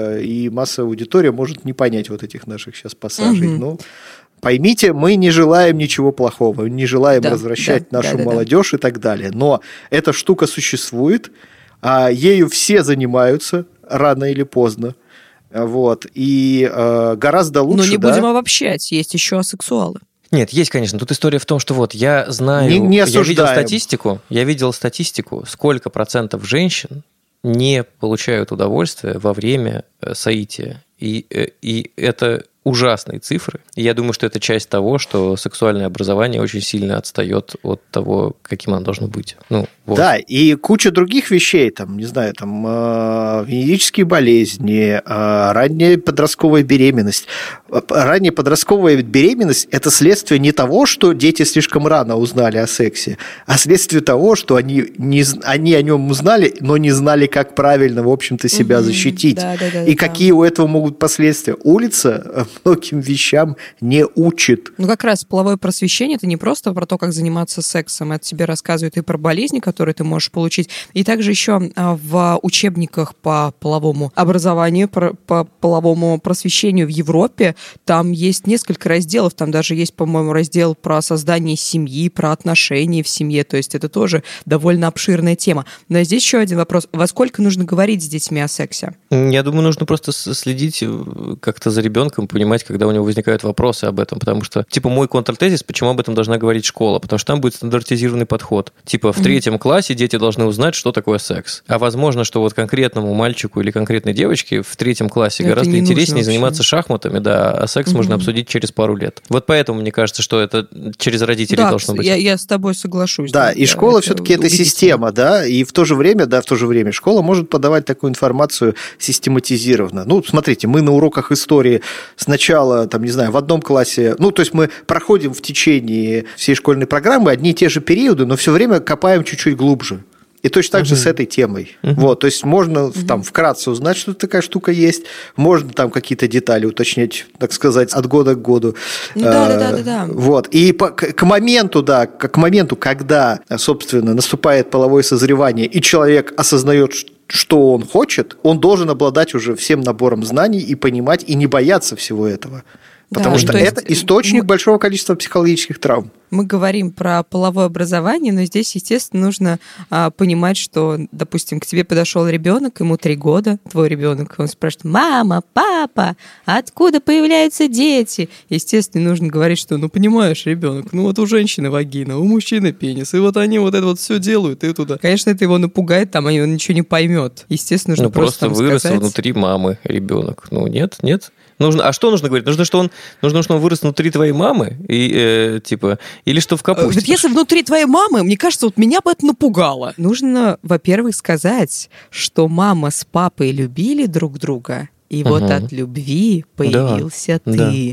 и массовая аудитория может не понять вот этих наших сейчас пассажей. Угу. Ну, поймите, мы не желаем ничего плохого, не желаем да, развращать да, нашу да, да, молодежь да. и так далее. Но эта штука существует, а ею все занимаются рано или поздно. Вот, и э, гораздо лучше... Но не да, будем обобщать, есть еще асексуалы. Нет, есть, конечно. Тут история в том, что вот я знаю, не, не я видел статистику, я видел статистику, сколько процентов женщин не получают удовольствия во время соития. И, и это ужасные цифры. И я думаю, что это часть того, что сексуальное образование очень сильно отстает от того, каким оно должно быть. Ну, вот. Да, и куча других вещей, там, не знаю, там, э, венерические болезни, э, ранняя подростковая беременность. Ранняя подростковая беременность – это следствие не того, что дети слишком рано узнали о сексе, а следствие того, что они, не, они о нем узнали, но не знали, как правильно, в общем-то, себя угу, защитить. Да, да, да, и да. какие у этого могут последствия. Улица многим вещам не учит. Ну, как раз половое просвещение – это не просто про то, как заниматься сексом, это тебе рассказывает и про болезни, которые ты можешь получить, и также еще в учебниках по половому образованию, по, по половому просвещению в Европе, там есть несколько разделов, там даже есть, по-моему, раздел про создание семьи, про отношения в семье, то есть это тоже довольно обширная тема. Но здесь еще один вопрос. Во сколько нужно говорить с детьми о сексе? Я думаю, нужно просто следить как-то за ребенком, понимать, когда у него возникают вопросы об этом, потому что, типа, мой контртезис, почему об этом должна говорить школа, потому что там будет стандартизированный подход. Типа, в mm-hmm. третьем классе дети должны узнать, что такое секс. А возможно, что вот конкретному мальчику или конкретной девочке в третьем классе это гораздо интереснее заниматься шахматами, да, а секс mm-hmm. можно обсудить через пару лет. Вот поэтому, мне кажется, что это через родителей да, должно быть. Я, я с тобой соглашусь. Да, да и школа это все-таки это система, да, и в то же время, да, в то же время школа может подавать такую информацию систематизированно. Ну, смотрите, мы на уроках истории сначала, там, не знаю, в одном классе, ну, то есть мы проходим в течение всей школьной программы одни и те же периоды, но все время копаем чуть-чуть глубже. И точно так uh-huh. же с этой темой. Uh-huh. Вот, то есть можно uh-huh. там вкратце узнать, что такая штука есть, можно там какие-то детали уточнять, так сказать, от года к году. Да, да, да, да, да. Вот, и по, к, к моменту, да, к моменту, когда, собственно, наступает половое созревание, и человек осознает, что он хочет, он должен обладать уже всем набором знаний и понимать, и не бояться всего этого. Потому да, что это источник мы... большого количества психологических травм. Мы говорим про половое образование, но здесь, естественно, нужно а, понимать, что, допустим, к тебе подошел ребенок, ему три года, твой ребенок, он спрашивает: мама, папа, откуда появляются дети? Естественно, нужно говорить, что, ну, понимаешь, ребенок, ну, вот у женщины вагина, у мужчины пенис, и вот они вот это вот все делают, и туда. Конечно, это его напугает, там, он ничего не поймет. Естественно, нужно ну, просто, просто вырос сказать... внутри мамы ребенок. Ну, нет, нет. Нужно, а что нужно говорить? Нужно, что он, нужно, что он вырос внутри твоей мамы, и, э, типа, или что в капусте? Вот если внутри твоей мамы, мне кажется, вот меня бы это напугало. Нужно, во-первых, сказать, что мама с папой любили друг друга, и угу. вот от любви появился да, ты. Да.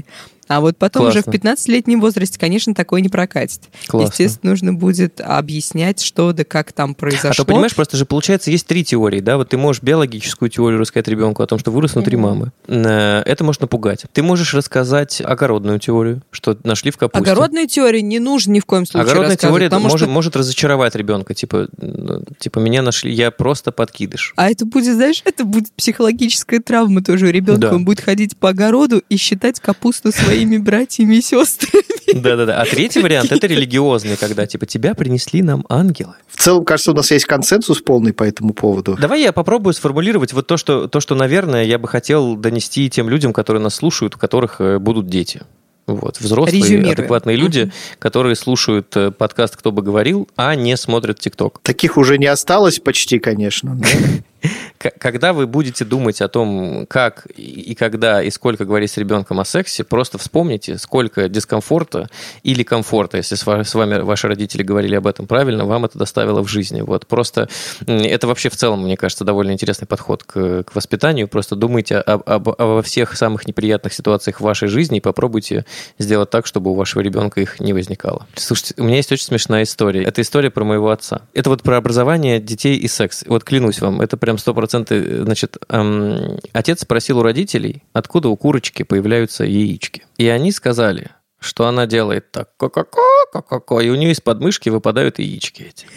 А вот потом Классно. уже в пятнадцатилетнем возрасте, конечно, такое не прокатит. Классно. Естественно, нужно будет объяснять, что да как там произошло. А то, понимаешь, просто же получается, есть три теории, да, вот ты можешь биологическую теорию рассказать ребенку о том, что вырос внутри mm-hmm. мамы. Это может напугать. Ты можешь рассказать огородную теорию, что нашли в капусте. Огородную теорию не нужно ни в коем случае Огородная теория может, что... может разочаровать ребенка, типа, типа, меня нашли, я просто подкидыш. А это будет, знаешь, это будет психологическая травма тоже у ребенка. Да. Он будет ходить по огороду и считать капусту своими братьями и сестрами. Да-да-да. А третий вариант — это религиозный, когда, типа, тебя принесли нам ангелы. В целом, кажется, у нас есть консенсус полный по этому поводу. Давай я попробую сформулировать вот то, что, то, что, наверное, я бы хотел донести тем людям, которые нас слушают, у которых будут дети. Вот, взрослые, Резюмируем. адекватные люди, uh-huh. которые слушают подкаст «Кто бы говорил», а не смотрят ТикТок. Таких уже не осталось почти, конечно. Когда вы будете думать о том, как и когда и сколько говорить с ребенком о сексе, просто вспомните, сколько дискомфорта или комфорта, если с вами ваши родители говорили об этом правильно, вам это доставило в жизни. Вот просто это вообще в целом, мне кажется, довольно интересный подход к, к воспитанию. Просто думайте об, об, обо всех самых неприятных ситуациях в вашей жизни и попробуйте сделать так, чтобы у вашего ребенка их не возникало. Слушайте, у меня есть очень смешная история. Это история про моего отца. Это вот про образование детей и секс. Вот клянусь вам, это прям сто процентов. Значит, эм, отец спросил у родителей, откуда у курочки появляются яички. И они сказали, что она делает так, ко-ко-ко, ко-ко-ко, и у нее из подмышки выпадают яички эти.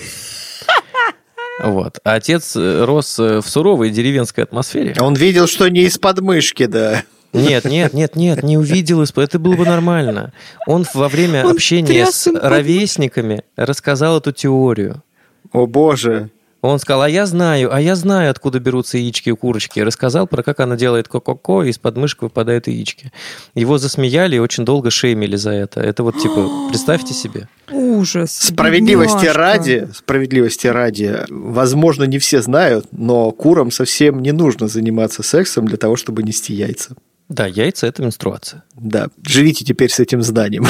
Вот. А отец рос в суровой деревенской атмосфере. Он видел, что не из подмышки, да. Нет, нет, нет, нет, не увидел. Это было бы нормально. Он во время Он общения с ровесниками рассказал эту теорию. О, боже. Он сказал, а я знаю, а я знаю, откуда берутся яички у курочки. Рассказал про как она делает ко-ко-ко, и из подмышек выпадают яички. Его засмеяли и очень долго шеймили за это. Это вот типа, представьте себе. Ужас. Справедливости ради, справедливости ради, возможно, не все знают, но курам совсем не нужно заниматься сексом для того, чтобы нести яйца. Да, яйца – это менструация. Да, живите теперь с этим знанием.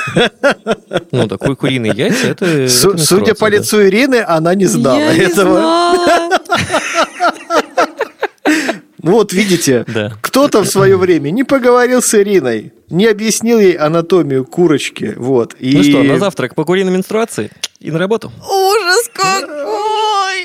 Ну да, куриные яйца – это, это менструация. Судя по лицу да. Ирины, она не знала Я этого. Ну вот видите, да. кто-то в свое время не поговорил с Ириной, не объяснил ей анатомию курочки. Вот, и... Ну что, на завтрак по куриной менструации и на работу. Ужас какой!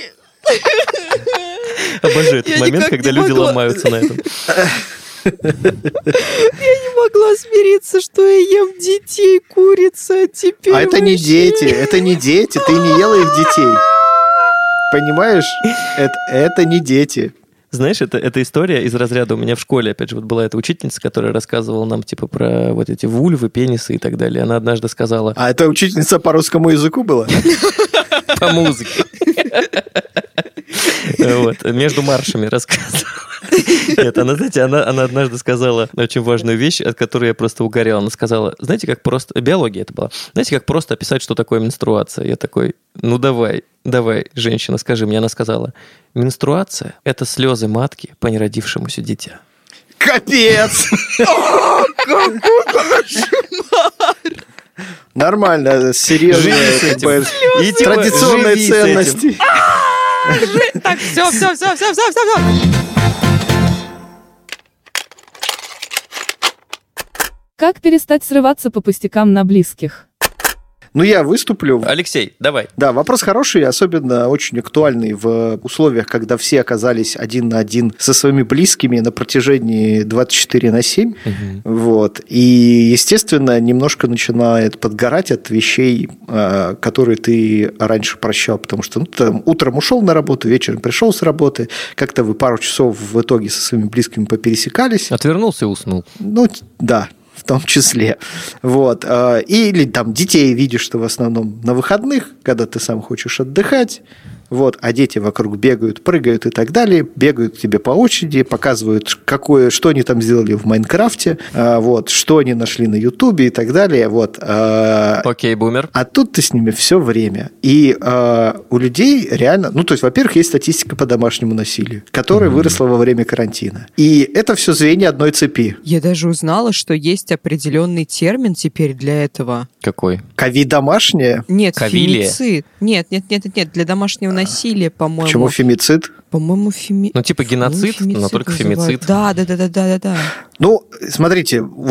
Обожаю этот момент, когда люди ломаются на этом. Я не могла смириться, что я ем детей, курица, теперь А это не дети, это не дети, ты не ела их детей. Понимаешь? Это, это не дети. Знаешь, это, это история из разряда у меня в школе, опять же, вот была эта учительница, которая рассказывала нам, типа, про вот эти вульвы, пенисы и так далее. Она однажды сказала... А это учительница по русскому языку была? По музыке. Вот, между маршами рассказывала. Нет, она, знаете, она, она однажды сказала очень важную вещь, от которой я просто угорел. Она сказала, знаете, как просто... Биология это была. Знаете, как просто описать, что такое менструация? Я такой, ну давай, давай, женщина, скажи мне. Она сказала, менструация – это слезы матки по неродившемуся дитя. Капец! Какой кошмар! Нормально, серьезные традиционные ценности. Так, все, все, все, все, все, все. Как перестать срываться по пустякам на близких? Ну, я выступлю. Алексей, давай. Да, вопрос хороший, особенно очень актуальный в условиях, когда все оказались один на один со своими близкими на протяжении двадцать четыре на семь. Угу. Вот. И, естественно, немножко начинает подгорать от вещей, которые ты раньше прощал, потому что ну, ты там, утром ушел на работу, вечером пришел с работы, как-то вы пару часов в итоге со своими близкими попересекались. Отвернулся и уснул. Ну, да. В том числе. Вот. Или там детей видишь ты в основном на выходных, когда ты сам хочешь отдыхать. Вот, а дети вокруг бегают, прыгают и так далее, бегают к тебе по очереди, показывают, какое, что они там сделали в Майнкрафте, вот, что они нашли на Ютубе и так далее. Вот. Окей, бумер. А тут ты с ними все время. И а, у людей реально... Ну, то есть, во-первых, есть статистика по домашнему насилию, которая mm-hmm. выросла во время карантина. И это все звенья одной цепи. Я даже узнала, что есть определенный термин теперь для этого. Какой? Ковид-домашнее? Нет, Ковилия. фемицид. Нет, нет, нет, нет, нет, для домашнего насилия, по-моему. Почему фемицид? По-моему, феми... Ну, типа геноцид, фемицид но только называют. фемицид. Да, да, да, да, да, да. Ну, смотрите, вот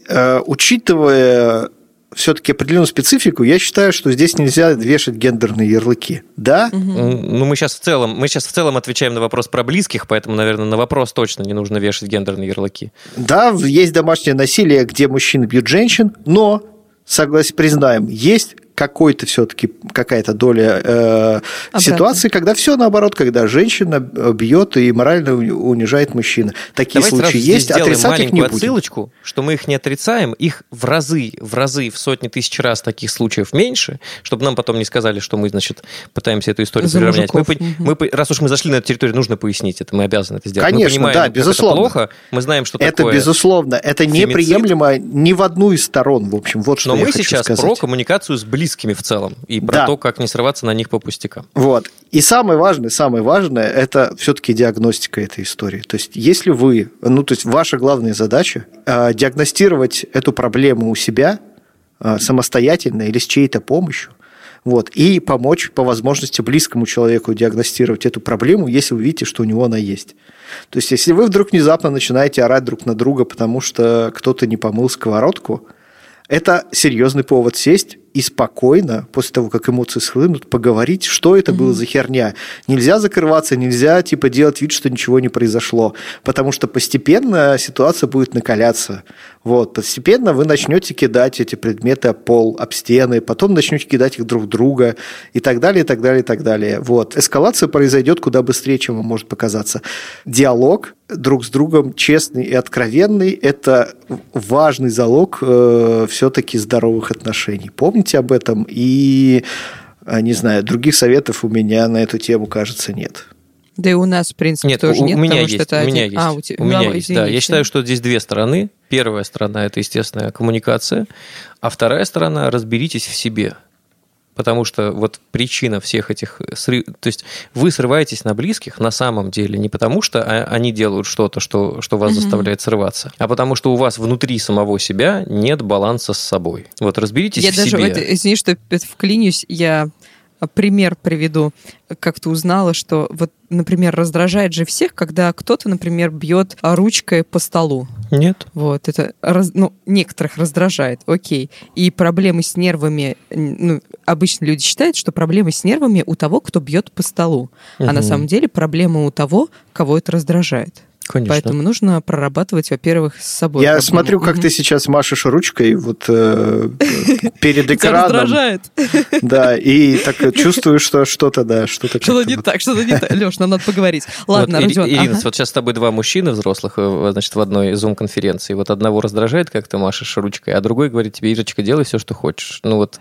э, учитывая все-таки определенную специфику, я считаю, что здесь нельзя вешать гендерные ярлыки. Да? Угу. Ну, мы сейчас в целом, мы сейчас в целом отвечаем на вопрос про близких, поэтому, наверное, на вопрос точно не нужно вешать гендерные ярлыки. Да, есть домашнее насилие, где мужчины бьют женщин, но, согласен, признаем, есть какой-то все-таки какая-то доля э, ситуации, когда все наоборот, когда женщина бьет и морально унижает мужчину. Такие Давайте случаи есть, отрицать их не будем. Отсылочку, что мы их не отрицаем, их в разы, в разы, в сотни тысяч раз таких случаев меньше, чтобы нам потом не сказали, что мы, значит, пытаемся эту историю приравнять. Мы, угу. мы, раз уж мы зашли на эту территорию, нужно пояснить это, мы обязаны это сделать. Конечно, мы понимаем, да, безусловно. Это плохо, мы знаем, что это такое. Это безусловно, это фемицид. Неприемлемо ни в одну из сторон, в общем, вот что Но я мы хочу сейчас сказать. про коммуникацию с близкими в целом. И про да. то, как не срываться на них по пустякам. Вот. И самое важное, самое важное, это все-таки диагностика этой истории. То есть, если вы, ну, то есть, ваша главная задача э, диагностировать эту проблему у себя э, самостоятельно или с чьей-то помощью, вот, и помочь по возможности близкому человеку диагностировать эту проблему, если вы видите, что у него она есть. То есть, если вы вдруг внезапно начинаете орать друг на друга, потому что кто-то не помыл сковородку, это серьезный повод сесть и спокойно, после того, как эмоции схлынут, поговорить, что это mm-hmm. было за херня. Нельзя закрываться, нельзя типа делать вид, что ничего не произошло, потому что постепенно ситуация будет накаляться. Вот, постепенно вы начнете кидать эти предметы об пол, об стены, потом начнете кидать их друг в друга и так далее, и так далее, и так далее. Вот. Эскалация произойдет куда быстрее, чем вам может показаться. Диалог друг с другом честный и откровенный – это важный залог э, все-таки здоровых отношений. Помните об этом, и, не знаю, других советов у меня на эту тему, кажется, нет. Да и у нас, в принципе, нет, тоже у, нет, у меня потому есть, что это у меня один... есть, а, у, тебя... у меня ну, есть, извините. да. Я считаю, что здесь две стороны. Первая сторона – это, естественно, коммуникация, а вторая сторона – разберитесь в себе. Потому что вот причина всех этих срывов... То есть вы срываетесь на близких на самом деле не потому, что они делают что-то, что, что вас mm-hmm. заставляет срываться, а потому что у вас внутри самого себя нет баланса с собой. Вот разберитесь я в даже, себе. Вот, извини, что вклинюсь, я пример приведу. Как-то узнала, что вот, например, раздражает же всех, когда кто-то, например, бьет ручкой по столу. Нет. Вот, это, ну, некоторых раздражает, окей. И проблемы с нервами, ну, обычно люди считают, что проблемы с нервами у того, кто бьет по столу. Угу. А на самом деле проблема у того, кого это раздражает. Конечно. Поэтому нужно прорабатывать, во-первых, с собой. Я проблему. смотрю, как угу. ты сейчас машешь ручкой вот э, перед экраном. Тебя раздражает. Да, и так чувствую, что что-то, да, что-то... Что-то не так, что-то не так. Леш, нам надо поговорить. Ладно, Родион. Ирина, вот сейчас с тобой два мужчины взрослых, значит, в одной зум-конференции. Вот одного раздражает, как ты машешь ручкой, а другой говорит тебе: Ирочка, делай все, что хочешь. Ну вот,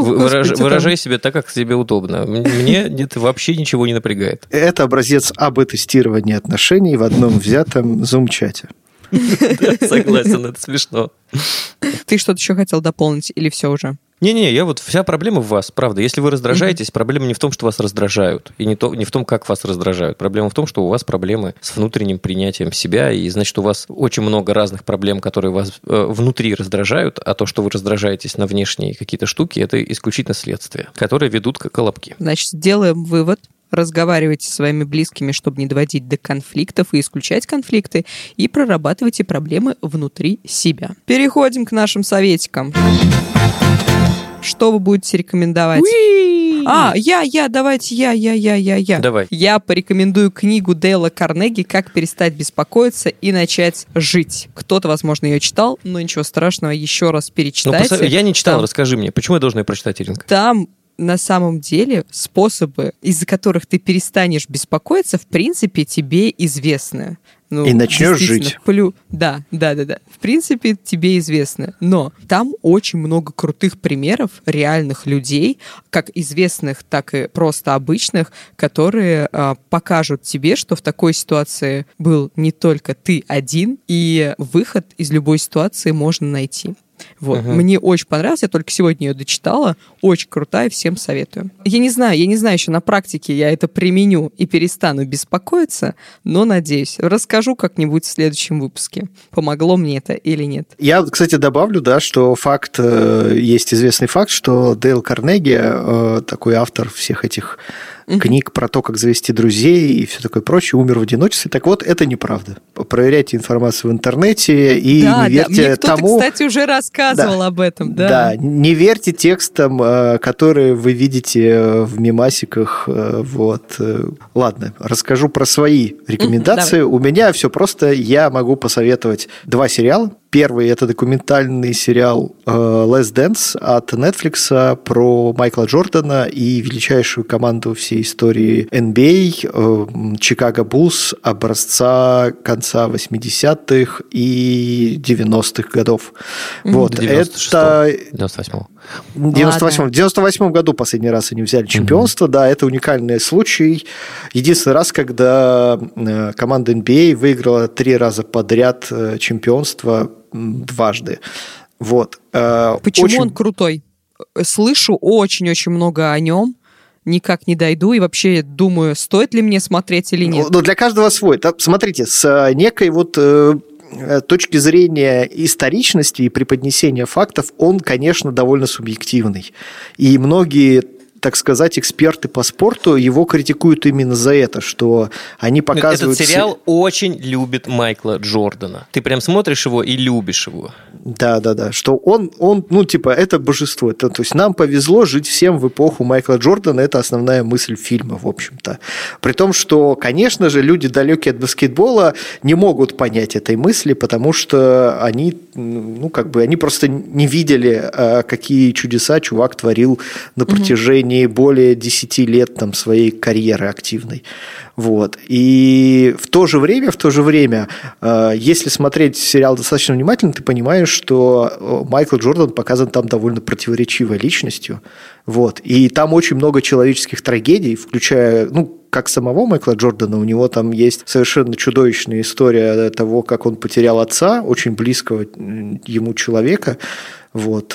выражай себе так, как тебе удобно. Мне это вообще ничего не напрягает. Это образец АБ-тестирования отношений в одном взятом зум-чате. Согласен, это смешно. Ты что-то еще хотел дополнить или все уже? Не-не, я вот вся проблема в вас, правда. Если вы раздражаетесь, mm-hmm. проблема не в том, что вас раздражают, и не, то, не в том, как вас раздражают. Проблема в том, что у вас проблемы с внутренним принятием себя, и значит, у вас очень много разных проблем, которые вас э, внутри раздражают, а то, что вы раздражаетесь на внешние какие-то штуки, это исключительно следствие, которые ведут к колобки. Значит, сделаем вывод. Разговаривайте со своими близкими, чтобы не доводить до конфликтов и исключать конфликты, и прорабатывайте проблемы внутри себя. Переходим к нашим советикам. Что вы будете рекомендовать? Уи! А, я, я, давайте я, я, я, я, я. Давай. Я порекомендую книгу Дейла Карнеги «Как перестать беспокоиться и начать жить». Кто-то, возможно, ее читал, но ничего страшного, еще раз перечитайте. Ну, посо... Я не читал, Там... расскажи мне, почему я должен ее прочитать, Иринка? Там на самом деле способы, из-за которых ты перестанешь беспокоиться, в принципе, тебе известны. Ну, и начнешь жить. Плю... Да, да, да, да. В принципе, тебе известно. Но там очень много крутых примеров реальных людей, как известных, так и просто обычных, которые э, покажут тебе, что в такой ситуации был не только ты один, и выход из любой ситуации можно найти. Вот. Uh-huh. Мне очень понравилось, я только сегодня ее дочитала. Очень крутая, всем советую. Я не знаю, я не знаю, еще на практике я это применю и перестану беспокоиться, но надеюсь. Расскажу как-нибудь в следующем выпуске, помогло мне это или нет. Я, кстати, добавлю, да, что факт, есть известный факт, что Дейл Карнеги, такой автор всех этих угу. книг про то, как завести друзей и все такое прочее, умер в одиночестве. Так вот, это неправда. Проверяйте информацию в интернете и да, не верьте да. Мне кто-то, тому... кстати, уже рассказывал да. об этом. Да. да, не верьте текстам, которые вы видите в мемасиках. Вот. Ладно, расскажу про свои рекомендации. Давай. У меня все просто. Я могу посоветовать два сериала. Первый – это документальный сериал «Last Dance» от Netflix про Майкла Джордана и величайшую команду всей истории эн би эй Chicago Bulls образца конца восьмидесятых и девяностых годов. Mm-hmm. Вот. Это... девяносто восьмого. В девяносто восьмом. В девяносто восьмом году последний раз они взяли чемпионство. Mm-hmm. Да, это уникальный случай. Единственный раз, когда команда эн би эй выиграла три раза подряд чемпионство дважды. Вот. Почему очень... он крутой? Слышу очень-очень много о нем, никак не дойду, и вообще думаю, стоит ли мне смотреть или нет. Но для каждого свой. Смотрите, с некой вот точки зрения историчности и преподнесения фактов он, конечно, довольно субъективный. И многие, так сказать, эксперты по спорту его критикуют именно за это, что они показывают... Этот сериал очень любит Майкла Джордана. Ты прям смотришь его и любишь его. Да-да-да, что он, он, ну, типа, это божество. Это, то есть нам повезло жить всем в эпоху Майкла Джордана, это основная мысль фильма, в общем-то. При том, что, конечно же, люди, далекие от баскетбола, не могут понять этой мысли, потому что они, ну, как бы, они просто не видели, какие чудеса чувак творил на протяжении угу. более десяти лет там, своей карьеры активной. Вот. И в то же время, в то же время, если смотреть сериал достаточно внимательно, ты понимаешь, что Майкл Джордан показан там довольно противоречивой личностью. Вот. И там очень много человеческих трагедий, включая, ну, как самого Майкла Джордана, у него там есть совершенно чудовищная история того, как он потерял отца, очень близкого ему человека. Вот.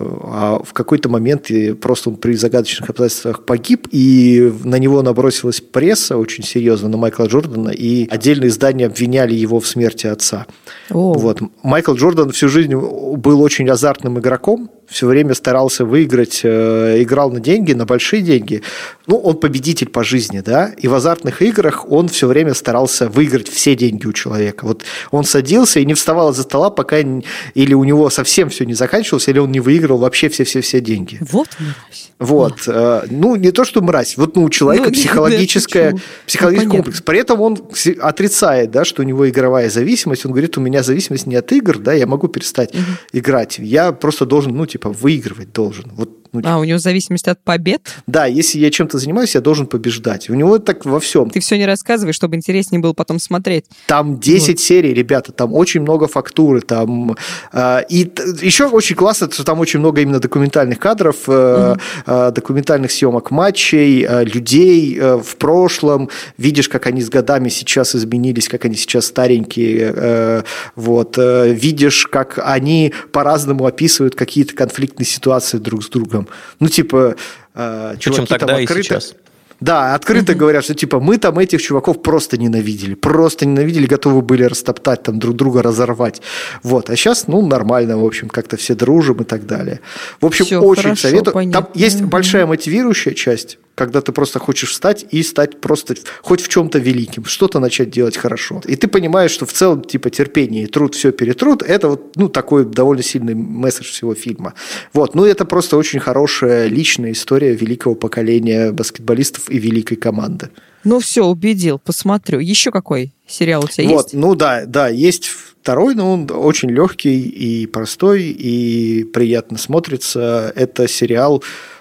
А в какой-то момент просто он при загадочных обстоятельствах погиб, и на него набросилась пресса очень серьезно, на Майкла Джордана, и отдельные издания обвиняли его в смерти отца. Вот. Майкл Джордан всю жизнь был очень азартным игроком, все время старался выиграть, играл на деньги, на большие деньги. Ну, он победитель по жизни, да, и в азартных играх он все время старался выиграть все деньги у человека. Вот он садился и не вставал из-за стола, пока или у него совсем все не заканчивалось, или он не выиграл вообще все-все-все деньги. Вот мразь. Вот. А. Ну, не то, что мразь, вот ну, у человека ну, психологическая, да, психологический ну, комплекс. При этом он отрицает, да, что у него игровая зависимость. Он говорит, у меня зависимость не от игр, да, я могу перестать угу. играть. Я просто должен, ну, типа, выигрывать должен. Вот. Ну, а, у него зависимость от побед? Да, если я чем-то занимаюсь, я должен побеждать. У него так во всем. Ты все не рассказывай, чтобы интереснее было потом смотреть. Там десять вот. серий, ребята, там очень много фактуры. Там, э, и еще очень классно, что там очень много именно документальных кадров, э, угу. э, документальных съемок матчей, э, людей э, в прошлом. Видишь, как они с годами сейчас изменились, как они сейчас старенькие. Э, вот. Э, видишь, как они по-разному описывают какие-то конфликтные ситуации друг с другом. Ну, типа, э, чуваки тогда там открыто... и сейчас. Да, открыто mm-hmm. говорят, что типа мы там этих чуваков просто ненавидели, просто ненавидели, готовы были растоптать, там друг друга разорвать. Вот, а сейчас, ну, нормально, в общем, как-то все дружим и так далее. В общем, Всё очень хорошо, советую. Понятно. Там есть mm-hmm. большая мотивирующая часть, когда ты просто хочешь встать и стать просто хоть в чем-то великим, что-то начать делать хорошо. И ты понимаешь, что в целом, типа, терпение и труд все перетрут, это вот, ну, такой довольно сильный месседж всего фильма. Вот, ну, это просто очень хорошая личная история великого поколения баскетболистов и великой команды. Ну, все, убедил, посмотрю. Еще какой сериал у тебя вот, есть? Ну, да, да, есть второй, но он очень легкий и простой, и приятно смотрится. Это сериал,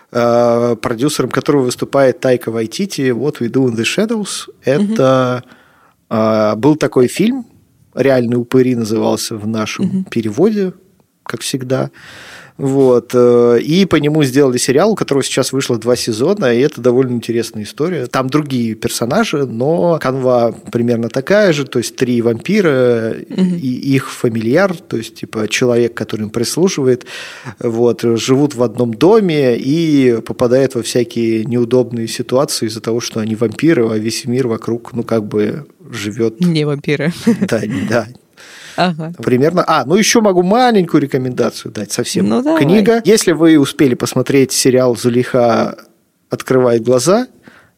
продюсером которого выступает Тайка Вайтити, What We Do in the Shadows. Это угу. был такой фильм, «Реальные упыри» назывался в нашем угу. переводе, как всегда. Вот. И по нему сделали сериал, у которого сейчас вышло два сезона, и это довольно интересная история. Там другие персонажи, но канва примерно такая же, то есть три вампира mm-hmm. и их фамильяр, то есть типа человек, который им прислуживает, вот, живут в одном доме и попадают во всякие неудобные ситуации из-за того, что они вампиры, а весь мир вокруг, ну, как бы живет... Не вампиры. Да, да. Ага. Примерно. А, ну еще могу маленькую рекомендацию дать совсем. Ну, Книга. Если вы успели посмотреть сериал «Зулейха открывает глаза»,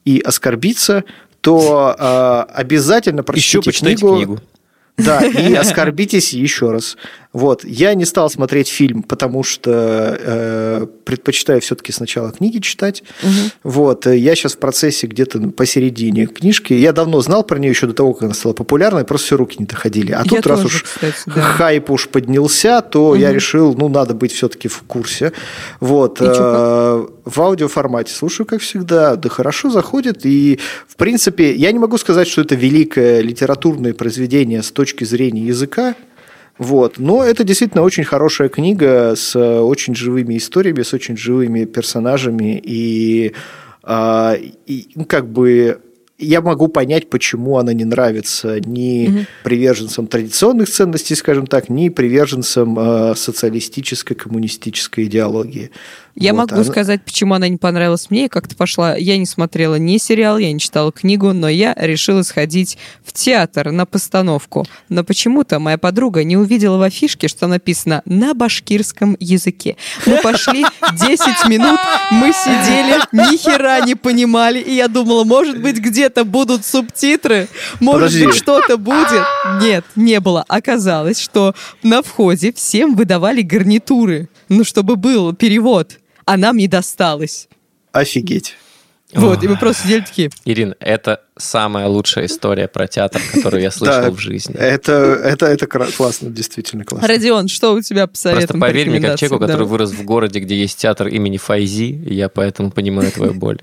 и оскорбиться, то э, обязательно прочтите Еще почитайте книгу. книгу. Да, и оскорбитесь еще раз. Вот. Я не стал смотреть фильм, потому что э, предпочитаю все-таки сначала книги читать. Угу. Вот. Я сейчас в процессе где-то посередине книжки. Я давно знал про нее еще до того, как она стала популярной, просто все руки не доходили. А я тут, раз уж кстати, да. хайп уж поднялся, то угу. я решил, ну, надо быть все-таки в курсе. Вот. Э, в аудиоформате слушаю, как всегда. Да хорошо заходит. И, в принципе, я не могу сказать, что это великое литературное произведение с точки зрения языка. Вот. Но это действительно очень хорошая книга с очень живыми историями, с очень живыми персонажами. И, э, и как бы я могу понять, почему она не нравится ни угу. приверженцам традиционных ценностей, скажем так, ни приверженцам э, социалистической, коммунистической идеологии. Я вот, могу она... сказать, почему она не понравилась мне, как-то пошла. Я не смотрела ни сериал, я не читала книгу, но я решила сходить в театр на постановку. Но почему-то моя подруга не увидела в афишке, что написано на башкирском языке. Мы пошли десять минут, мы сидели, ни хера не понимали, и я думала, может быть, где-то будут субтитры, может Подожди. быть, что-то будет. Нет, не было. Оказалось, что на входе всем выдавали гарнитуры, ну, чтобы был перевод. А нам не досталось. Офигеть. Вот, и мы просто сидели такие. Ирина, это самая лучшая история про театр, которую я слышал в жизни. Это, это, это классно, действительно классно. Родион, что у тебя по советам? Просто поверь мне, как человеку, который да. вырос в городе, где есть театр имени Файзи, я поэтому понимаю твою боль.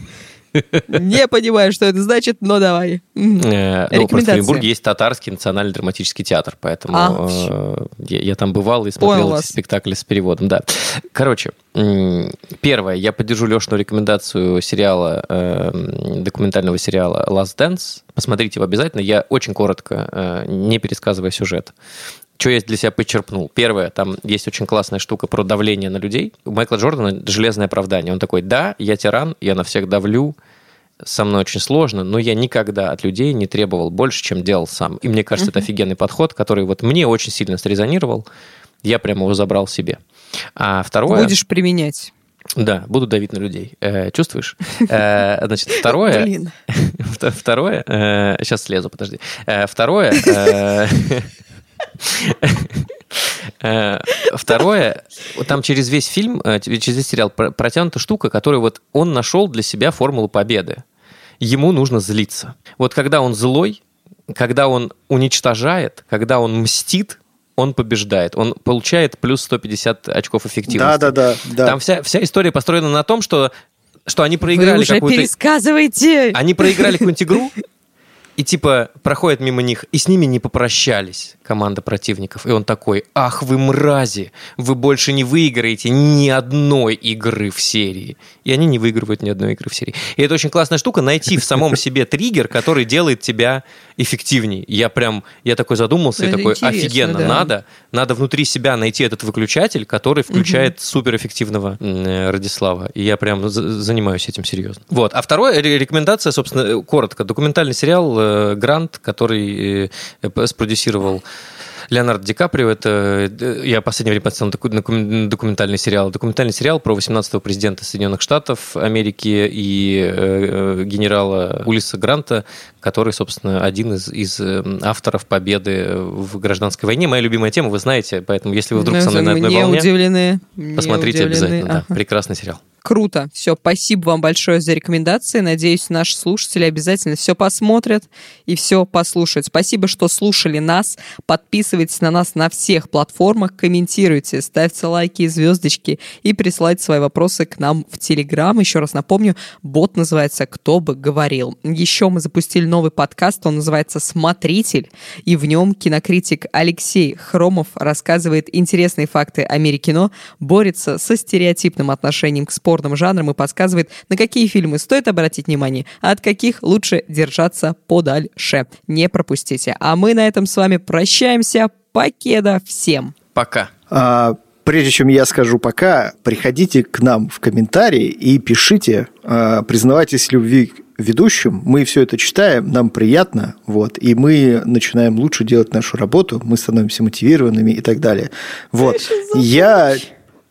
Не понимаю, что это значит, но давай. Ну, просто в Оренбурге есть Татарский национальный драматический театр, поэтому а, я, я там бывал и смотрел Понял эти вас. спектакли с переводом. Да. Короче, первое, я поддержу Лешину рекомендацию сериала, документального сериала Last Dance. Посмотрите его обязательно. Я очень коротко, не пересказывая сюжет. Что я для себя подчерпнул? Первое, там есть очень классная штука про давление на людей. У Майкла Джордана железное оправдание. Он такой, да, я тиран, я на всех давлю, со мной очень сложно, но я никогда от людей не требовал больше, чем делал сам. И мне кажется, uh-huh. это офигенный подход, который вот мне очень сильно срезонировал. Я прямо его забрал себе. А второе... Будешь применять. Да, буду давить на людей. Э, чувствуешь? Э, значит, второе... Блин. Второе... Э, сейчас слезу, подожди. Э, второе... Э, Второе, там через весь фильм, через весь сериал протянута штука, которую вот он нашел для себя формулу победы. Ему нужно злиться. Вот когда он злой, когда он уничтожает, когда он мстит, он побеждает. Он получает плюс сто пятьдесят очков эффективности. Да, да, да. Там вся, вся история построена на том, что, что они проиграли Вы уже какую-то... пересказывайте! Они проиграли какую-нибудь игру, и типа проходят мимо них, и с ними не попрощались, команда противников. И он такой, ах вы мрази, вы больше не выиграете ни одной игры в серии. И они не выигрывают ни одной игры в серии. И это очень классная штука, найти в самом себе триггер, который делает тебя эффективней. Я прям, я такой задумался, это и такой, офигенно, да. надо, надо внутри себя найти этот выключатель, который включает угу. суперэффективного Радислава. И я прям занимаюсь этим серьезно. Вот. А второе, рекомендация, собственно, коротко, документальный сериал «Грант», который спродюсировал Леонардо Ди Каприо. Это, я в последнее время посмотрел такой документальный сериал. Документальный сериал про восемнадцатого президента Соединенных Штатов Америки и э, генерала Улисса Гранта, который, собственно, один из, из авторов победы в гражданской войне. Моя любимая тема, вы знаете, поэтому если вы вдруг со мной на одной волне, удивлены. посмотрите не удивлены. обязательно. Ага. Да, прекрасный сериал. Круто. Все, спасибо вам большое за рекомендации. Надеюсь, наши слушатели обязательно все посмотрят и все послушают. Спасибо, что слушали нас. Подписывайтесь на нас на всех платформах, комментируйте, ставьте лайки и звездочки и присылайте свои вопросы к нам в Телеграм. Еще раз напомню, бот называется «Кто бы говорил». Еще мы запустили новый подкаст, он называется «Смотритель», и в нем кинокритик Алексей Хромов рассказывает интересные факты о мире кино, борется со стереотипным отношением к спорту, жанром и подсказывает, на какие фильмы стоит обратить внимание, а от каких лучше держаться подальше. Не пропустите. А мы на этом с вами прощаемся. Покеда всем. Пока. А, прежде чем я скажу пока, приходите к нам в комментарии и пишите, а, признавайтесь в любви ведущим. Мы все это читаем, нам приятно, вот, и мы начинаем лучше делать нашу работу, мы становимся мотивированными и так далее. Вот. Я...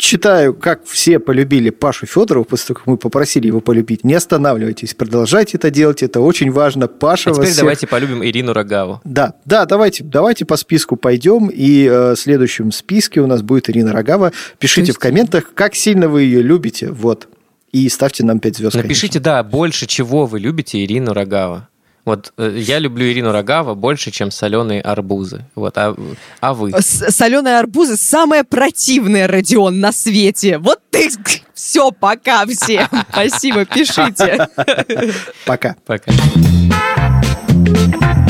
читаю, как все полюбили Пашу Федорова, после того, как мы попросили его полюбить. Не останавливайтесь, продолжайте это делать, это очень важно. Паша а вас теперь всех... давайте полюбим Ирину Рогаву. Да, да, давайте, давайте по списку пойдем, и э, в следующем списке у нас будет Ирина Рогава. Пишите есть... в комментах, как сильно вы ее любите, вот, и ставьте нам пять звезд. Напишите, конечно. Да, больше чего вы любите Ирину Рогаву. Вот э, я люблю Ирину Рогаву больше, чем соленые арбузы. Вот, а, а вы? С- соленые арбузы самое противное, Родион, на свете. Вот ты... Все, пока всем. Спасибо, пишите. Пока. Пока.